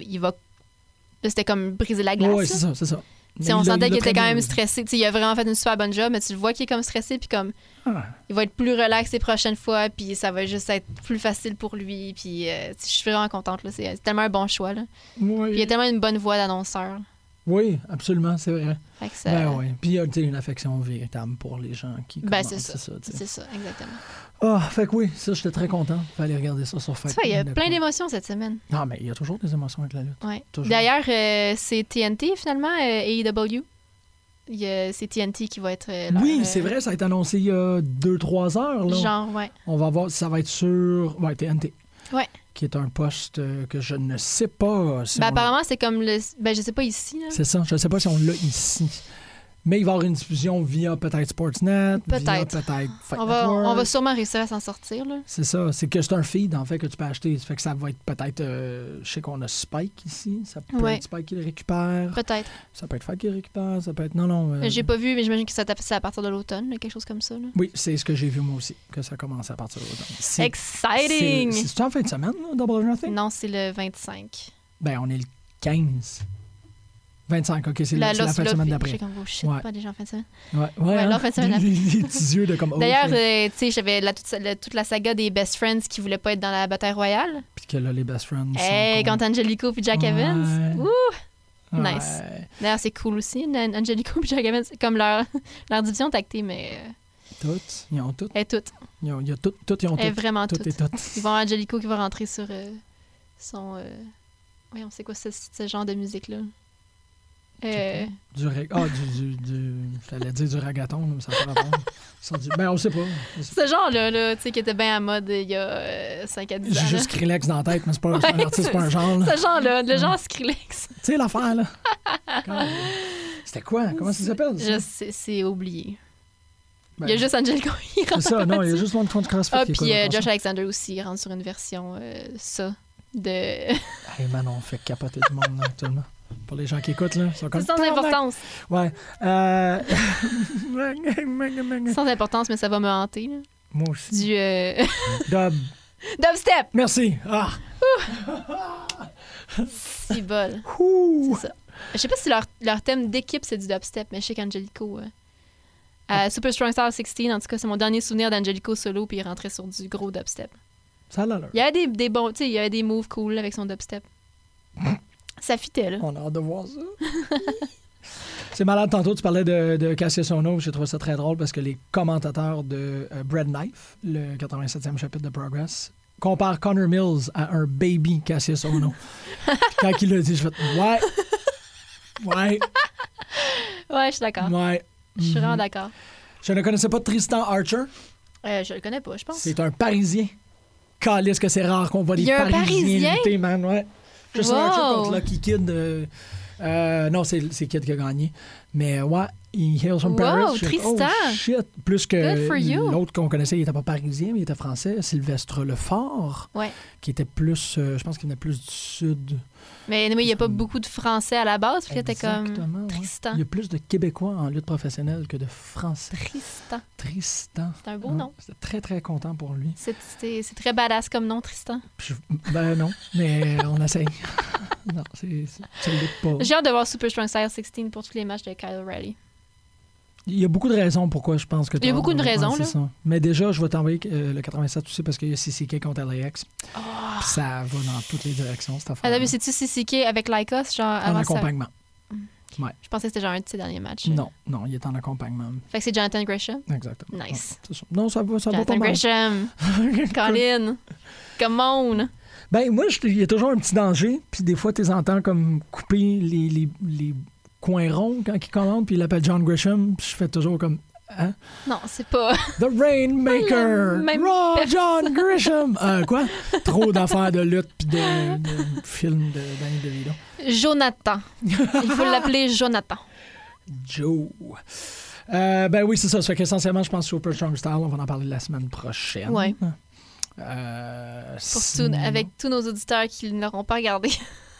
B: Là, c'était comme briser la glace.
D: Oui,
B: là.
D: c'est ça, c'est ça.
B: T'sais, on sentait qu'il était quand même
D: stressé.
B: stressé. T'sais, il a vraiment fait une super bonne job, mais tu le vois qu'il est comme stressé, puis comme
D: Ah.
B: il va être plus relax les prochaines fois, puis ça va juste être plus facile pour lui. Puis je suis vraiment contente. Là. C'est tellement un bon choix. Là.
D: Oui.
B: Puis il a tellement une bonne voix d'annonceur.
D: Oui, absolument, c'est vrai.
B: Fait que ça...
D: Ben oui. Puis il y a une affection véritable pour les gens qui
B: Ben,
D: commencent,
B: c'est ça.
D: tu sais.
B: C'est ça, exactement.
D: Ah, fait que oui, ça, j'étais très content. Fallait regarder ça sur
B: Tu
D: Fight.
B: vois, il y a
D: Night.
B: plein d'émotions cette semaine.
D: Non, mais il y a toujours des émotions avec la lutte.
B: Ouais.
D: Toujours.
B: D'ailleurs, c'est TNT finalement, AEW. C'est TNT qui va être leur,
D: Oui, c'est vrai, ça a été annoncé il y a 2-3 heures. Là.
B: Genre, ouais.
D: On va voir si ça va être sur TNT.
B: Ouais.
D: Qui est un poste que je ne sais pas si
B: Ben,
D: on l'a.
B: apparemment, c'est comme le... Ben, je sais pas ici, là.
D: C'est ça, je ne sais pas si on l'a ici. Mais il va y avoir une diffusion via peut-être Sportsnet, via
B: Peut-être.
D: peut-être Fight
B: On va
D: Network.
B: sûrement réussir à s'en sortir, là.
D: C'est ça, c'est que c'est un feed en fait que tu peux acheter. Ça fait que ça va être peut-être. Je sais qu'on a Spike ici. Ça peut
B: Ouais.
D: être Spike qui le récupère.
B: Peut-être.
D: Ça peut être Fight qui le récupère. Ça peut être. Non.
B: J'ai pas vu, mais j'imagine que c'est à partir de l'automne, là, quelque chose comme ça, là.
D: Oui, c'est ce que j'ai vu moi aussi, que ça commence à partir de l'automne.
B: Exciting!
D: C'est en fin de semaine, là, Double or Nothing?
B: Non, c'est le 25.
D: Ben, on est le 15. 25, OK, c'est la fin de semaine
B: J'ai
D: d'après.
B: comme, oh shit,
D: Ouais.
B: pas déjà en fin de semaine.
D: Ouais,
B: là, en fin de semaine
D: les petits yeux de comme. oh,
B: D'ailleurs,
D: shit.
B: tu sais, j'avais toute la saga des Best Friends qui voulaient pas être dans la bataille royale.
D: Puis que là, les best friends.
B: Hey,
D: sont
B: quand Angelico puis Jack Evans.
D: Ouais.
B: Ouh!
D: Ouais.
B: Nice. D'ailleurs, c'est cool aussi. Angelico puis Jack Evans, comme leur division tag team, mais
D: Toutes, ils ont toutes.
B: elle est toute.
D: Il y a toutes, ils ont
B: Elle est
D: toutes.
B: vraiment
D: Toutes
B: toute.
D: et toutes.
B: Ils vont avoir Angelico qui va rentrer sur son... Voyons, c'est quoi ce genre de musique-là?
D: J'allais dire du ragaton, là, mais ça fait rapport. Ben, on sait pas.
B: Ce genre-là, tu sais, qui était bien à mode il y a 5 à 10 ans.
D: J'ai
B: là.
D: juste Skrillex dans la tête, mais c'est pas un
B: Ouais,
D: artiste, c'est pas un genre. là.
B: Ce genre-là, le genre Skrillex.
D: Tu sais, l'affaire, là. C'était quoi? Comment ça s'appelle? ça?
B: C'est oublié.
D: Ben,
B: Il y a juste Angelico qui rentre.
D: C'est ça, non, il y a juste One Front CrossFit
B: Ah,
D: qui
B: puis
D: écoute
B: Josh Alexander aussi, il rentre sur une version ça de...
D: Hey man, on fait capoter du monde, là, actuellement. Pour les gens qui écoutent, là, ils sont comme...
B: sans importance.
D: Ouais.
B: Sans importance, mais ça va me hanter. Là.
D: Moi aussi.
B: Du
D: Dub.
B: dubstep!
D: Merci. Ah.
B: Si bol.
D: Ouh.
B: C'est ça. Je sais pas si leur thème d'équipe, c'est du dubstep, mais je sais qu'Angelico... à Super Strong Style 16, en tout cas, c'est mon dernier souvenir d'Angelico solo, puis il rentrait sur du gros dubstep.
D: Ça a l'allure.
B: Il y avait des bons... Tu sais, il y avait des moves cool avec son dubstep. Ça fitait, là.
D: On a hâte de voir ça. C'est malade. Tantôt, tu parlais de Cassius Ohno. J'ai trouvé ça très drôle parce que les commentateurs de Bread Knife, le 87e chapitre de Progress, comparent Connor Mills à un baby Cassius Ohno. Puis quand il l'a dit, je fais ouais.
B: Ouais, je suis d'accord.
D: Ouais.
B: Je suis vraiment d'accord.
D: Je ne connaissais pas Tristan Archer.
B: Je le connais pas, je pense.
D: C'est un Parisien. Calisse que c'est rare qu'on voit des
B: Il y a un
D: Parisiens
B: Parisien?
D: lutter, man. Ouais. Tristan
B: Wow.
D: Archer contre Lucky Kid. Non, c'est Kid qui a gagné. Mais ouais, il hails from
B: Wow,
D: Paris. Je fais,
B: Tristan.
D: Oh shit. Plus que
B: Good for you.
D: l'autre qu'on connaissait, il était pas parisien, mais il était français. Sylvestre Lefort.
B: Ouais.
D: Qui était plus, je pense qu'il venait plus du sud.
B: Mais anyway, il n'y a pas beaucoup de Français à la base, puis là, t'es comme
D: Exactement, ouais.
B: Tristan.
D: Il y a plus de Québécois en lutte professionnelle que de Français.
B: Tristan.
D: Tristan.
B: C'est un beau
D: Ouais,
B: nom.
D: J'étais très, très content pour lui.
B: C'est très badass comme nom, Tristan.
D: Puis ben non, mais on essaye. Non, ça ne l'est pas.
B: J'ai hâte de voir Super Strong Style 16 pour tous les matchs de Kyle O'Reilly.
D: Il y a beaucoup de raisons pourquoi je pense que
B: Il y a beaucoup de raisons,
D: c'est
B: là.
D: ça. Mais déjà, je vais t'envoyer le 87 aussi parce qu'il y a CCK contre LAX. Puis ça va dans toutes les directions, cette affaire.
B: Ah, mais c'est-tu CCK avec Lycos, genre
D: En
B: avant ça?
D: accompagnement.
B: Je pensais que c'était genre un de ses derniers matchs.
D: Non, il est en accompagnement.
B: Fait que c'est Jonathan Gresham.
D: Exactement.
B: Nice.
D: Ouais, c'est ça. Non, ça va pas
B: Jonathan
D: mal.
B: Gresham. Colin. Come on.
D: Ben, moi, il y a toujours un petit danger. Puis des fois, tu les entends comme couper les coins ronds quand ils commandent. Puis il l'appelle John Gresham. Puis je fais toujours comme... Hein?
B: Non, c'est pas...
D: The Rainmaker!
B: Même
D: Raw
B: personne.
D: John Gresham! Quoi? Trop d'affaires de lutte puis de films de Danny DeVito.
B: Jonathan. Il faut l'appeler Jonathan.
D: Joe. Ben oui, c'est ça. Ça fait qu'essentiellement, je pense Super Strong Style. On va en parler la semaine prochaine.
B: Ouais. Avec tous nos auditeurs qui ne l'auront pas regardé.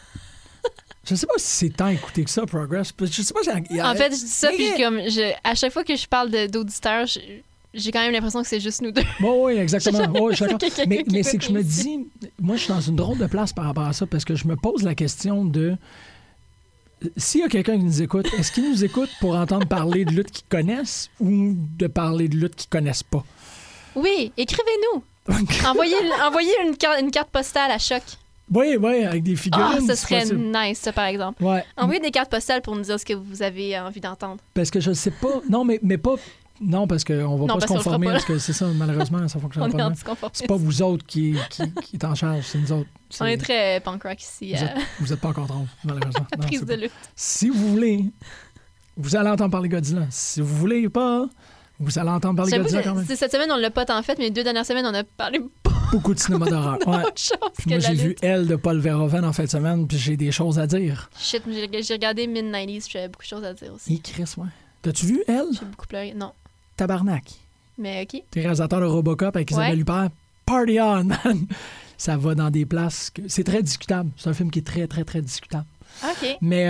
D: Je sais pas si c'est tant écouté que ça, Progress. Je sais pas.
B: En fait, je dis ça, puis comme à chaque fois que je parle d'auditeurs, j'ai quand même l'impression que c'est juste nous deux.
D: Oui, exactement. Je suis d'accord. Mais
B: qui
D: c'est que je me dis, moi, je suis dans une drôle de place par rapport à ça parce que je me pose la question de s'il y a quelqu'un qui nous écoute, est-ce qu'il nous écoute pour entendre parler de lutte qu'ils connaissent ou de parler de lutte qu'ils connaissent pas?
B: Oui, écrivez-nous. Envoyez une carte postale à Choc.
D: Oui, avec des figurines.
B: Ce serait nice, ça, par exemple.
D: Ouais.
B: Envoyez des cartes postales pour nous dire ce que vous avez envie d'entendre.
D: Parce que je sais pas. Non, mais pas. Non, parce qu'on va pas se conformer, parce que c'est ça, malheureusement, ça fonctionne pas. C'est pas vous autres qui est en charge, c'est nous autres.
B: On est très punk rock ici.
D: Vous êtes pas en contrôle, malheureusement.
B: Prise de lutte.
D: Si vous voulez, vous allez entendre parler Godzilla. Si vous voulez pas, vous allez entendre parler Godzilla quand même.
B: Cette semaine, on l'a pas tant fait, mais les 2 dernières semaines, on a parlé
D: beaucoup de cinéma d'horreur. Ouais.
B: Autre chose que
D: moi,
B: la
D: j'ai
B: lutte.
D: vu Elle de Paul Verhoeven en fin de semaine, puis j'ai des choses à dire.
B: Shit, j'ai regardé Mid-90s, j'avais beaucoup de choses à dire aussi.
D: Et Chris, ouais. T'as-tu vu Elle?
B: J'ai beaucoup pleuré. Non.
D: Tabarnak.
B: Mais OK.
D: T'es réalisateur de Robocop avec Isabelle Huppert. Party on, man! Ça va dans des places que... C'est très discutable. C'est un film qui est très, très, très discutable.
B: OK.
D: Mais,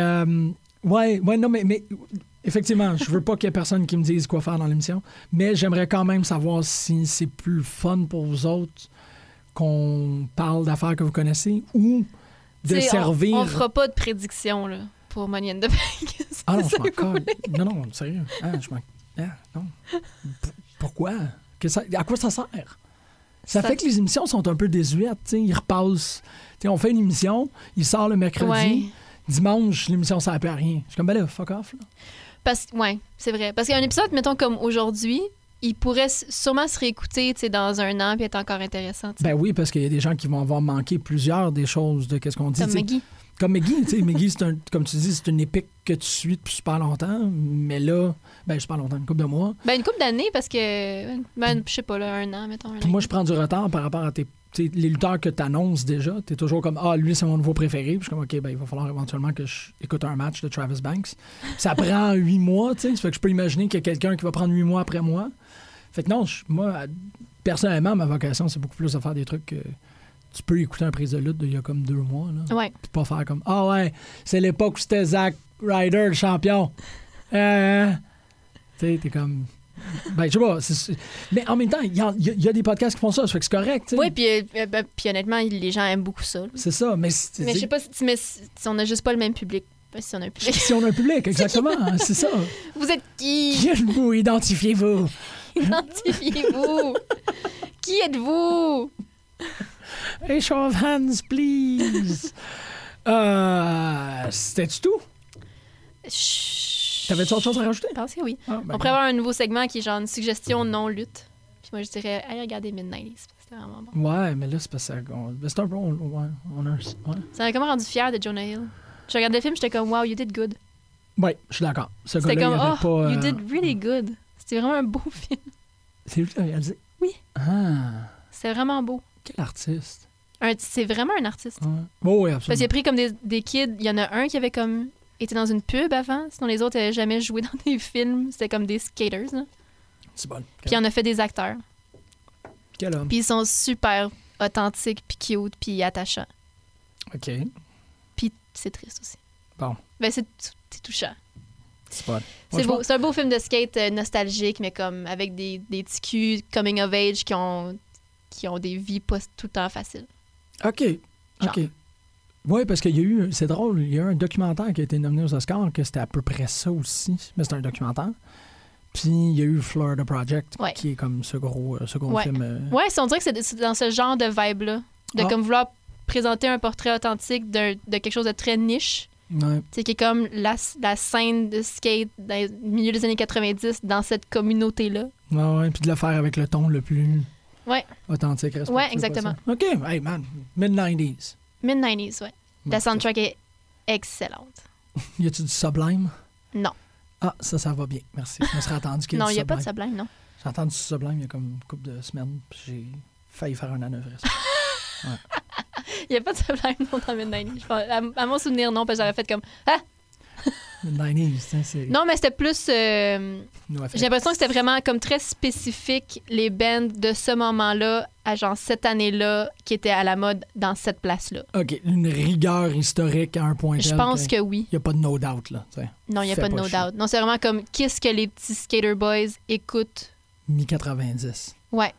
D: non, mais effectivement, je veux pas qu'il y ait personne qui me dise quoi faire dans l'émission, mais j'aimerais quand même savoir si c'est plus fun pour vous autres qu'on parle d'affaires que vous connaissez ou de servir...
B: On fera pas de prédiction, là, pour Money in the Bank.
D: Ah non, je m'en colle. Non, sérieux. Non. Pourquoi? À quoi ça sert? Ça fait que les émissions sont un peu désuètes. T'sais. Ils repassent. T'sais, on fait une émission, il sort le mercredi.
B: Ouais.
D: Dimanche, l'émission, ça ne sert à rien. Je suis comme, ben là, fuck off. Là.
B: C'est vrai. Parce qu'un épisode, mettons, comme aujourd'hui, il pourrait sûrement se réécouter dans un an et être encore intéressant. T'sais.
D: Ben oui, parce qu'il y a des gens qui vont avoir manqué plusieurs des choses de qu'est-ce qu'on dit.
B: Comme Maggie.
D: Comme Maggie, tu sais, Maggie, comme tu dis, c'est une épique que tu suis depuis super longtemps, mais là, super longtemps, une couple de mois.
B: Une couple d'années, parce que, je sais pas, là, 1 an, mettons.
D: Puis moi, je prends du retard par rapport à les lutteurs que tu annonces déjà. Tu es toujours comme, lui, c'est mon nouveau préféré. Puis je suis comme, OK, il va falloir éventuellement que je écoute un match de Travis Banks. Ça prend 8 mois, tu sais. Ça fait que je peux imaginer qu'il y a quelqu'un qui va prendre 8 mois après moi. Fait que non, moi, personnellement, ma vocation, c'est beaucoup plus de faire des trucs que tu peux écouter un prise de lutte d'il y a comme 2 mois. Là.
B: Ouais.
D: Puis pas faire comme, c'est l'époque où c'était Zack Ryder, le champion. Tu sais, t'es comme... je sais pas. Mais en même temps, il y a des podcasts qui font ça, ça fait que c'est correct. T'sais.
B: Oui, puis honnêtement, les gens aiment beaucoup ça. Là.
D: C'est ça, mais
B: je sais pas si on n'a juste pas le même public. Si on a un public.
D: Si on a un public, exactement, c'est ça.
B: Vous êtes qui?
D: Qui êtes-vous? Identifiez-vous.
B: Identifiez-vous. Qui êtes-vous?
D: Hey, show of hands, please. C'était-tu tout? T'avais-tu autre chose à rajouter?
B: Je pense que oui.
D: On
B: pourrait avoir un nouveau segment qui est genre une suggestion non-lutte. Puis moi, je dirais, allez regarder Mid-90s. C'était vraiment bon.
D: Ouais, mais là, c'est pas ça. C'est un peu...
B: Ça m'a comme rendu fier de Jonah Hill. Je regardais le film, j'étais comme, wow, you did good.
D: Ouais, je suis d'accord.
B: C'était comme, you did really good. C'était vraiment un beau film.
D: C'est lui qui l'a réalisé?
B: Oui.
D: Ah.
B: C'était vraiment beau.
D: Quel artiste?
B: C'est vraiment un artiste.
D: Ouais. Oh, oui, absolument.
B: Parce qu'il a pris comme des kids. Il y en a un qui avait comme été dans une pub avant, sinon les autres n'avaient jamais joué dans des films. C'était comme des skaters. Là.
D: C'est bon.
B: Puis il en a fait des acteurs.
D: Quel homme.
B: Puis ils sont super authentiques, puis cute, puis attachants.
D: OK.
B: Puis c'est triste aussi.
D: Bon.
B: C'est touchant.
D: C'est bon.
B: C'est beau. C'est un beau film de skate nostalgique, mais comme avec des petits culs coming of age qui ont des vies pas tout le temps faciles.
D: OK. OK. Oui, parce qu'il y a eu, c'est drôle, il y a eu un documentaire qui a été nominé aux Oscars, que c'était à peu près ça aussi, mais c'est un documentaire. Puis il y a eu Florida Project, qui est comme ce gros film.
B: Ouais, on dirait que c'est dans ce genre de vibe-là, de comme vouloir présenter un portrait authentique de quelque chose de très niche.
D: Ouais.
B: Qui est comme la scène de skate dans le milieu des années 90 dans cette communauté-là.
D: Ouais, puis de le faire avec le ton le plus authentique, respectueux.
B: Ouais, exactement.
D: OK, hey man, mid-90s.
B: Mid-90s, ouais. La soundtrack est excellente.
D: Y a-tu du Sublime?
B: Non.
D: Ah, ça va bien, merci. Je me serais attendu qu'il y ait
B: non,
D: du Sublime. Non,
B: il n'y a pas de Sublime, non.
D: J'ai entendu du Sublime il y a comme une couple de semaines, puis j'ai failli faire un anévrisme. Ouais.
B: Il n'y a pas de Sublime non, dans Mid-90s. À mon souvenir, non, parce que j'avais fait comme « Ah! »
D: 90s, hein, c'est...
B: Non, mais c'était plus...
D: No effect.
B: j'ai l'impression que c'était vraiment comme très spécifique, les bands de ce moment-là, à genre cette année-là, qui étaient à la mode dans cette place-là.
D: OK, une rigueur historique à un point tel.
B: Je pense que oui.
D: Il n'y a pas de no doubt, là. T'sais.
B: Non, il n'y a
D: Fais
B: pas de
D: pas
B: no
D: chier.
B: doubt. Non, c'est vraiment comme qu'est-ce que les petits skater boys écoutent.
D: Mi-90.
B: Ouais,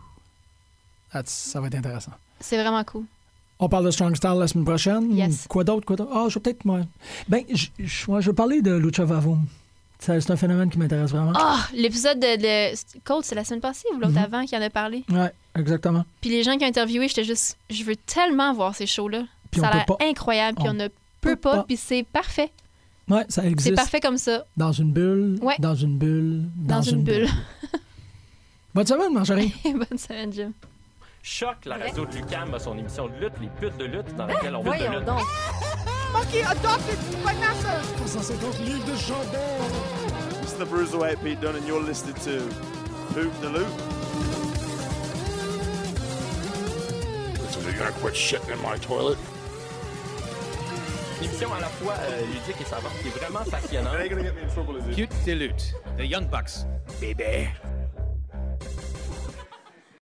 D: Ça va être intéressant.
B: c'est vraiment cool.
D: On parle de Strong Style la semaine prochaine.
B: Yes.
D: Quoi d'autre? Ah, je vais peut-être... moi. Ben, je vais parler de Lucha Vavoom. C'est un phénomène qui m'intéresse vraiment.
B: Ah, l'épisode de Cold, c'est la semaine passée ou l'autre
D: Mhm.
B: avant qui en a parlé.
D: Ouais, exactement.
B: Puis les gens qui ont interviewé, j'étais juste, je veux tellement voir ces shows-là.
D: Puis
B: Ça
D: on
B: a l'air
D: peut pas.
B: incroyable, puis
D: On
B: on ne peut
D: pas.
B: pas, puis c'est parfait.
D: Ouais, ça
B: C'est
D: existe.
B: parfait comme ça,
D: Dans une bulle,
B: Ouais.
D: dans une bulle,
B: dans une bulle.
D: Bonne semaine, Marjorie.
B: Bonne semaine, Jim.
A: Choc, la radio de Lucam a son émission de lutte, les putes de lutte, dans laquelle on parle de
B: Voyons
A: lutte.
B: donc.
C: Monkey adopted Vanessa.
D: 150 livres de chandelle.
E: It's the Bruiserweight Pete Dunne, and you're listening to Hoop the Loop.
H: So you're gonna quit shitting in my toilet?
A: Une émission à la fois ludique et savante qui est vraiment passionnante.
E: It ain't gonna get me in trouble, is it?
F: Pute de lutte. The Young Bucks. Baby.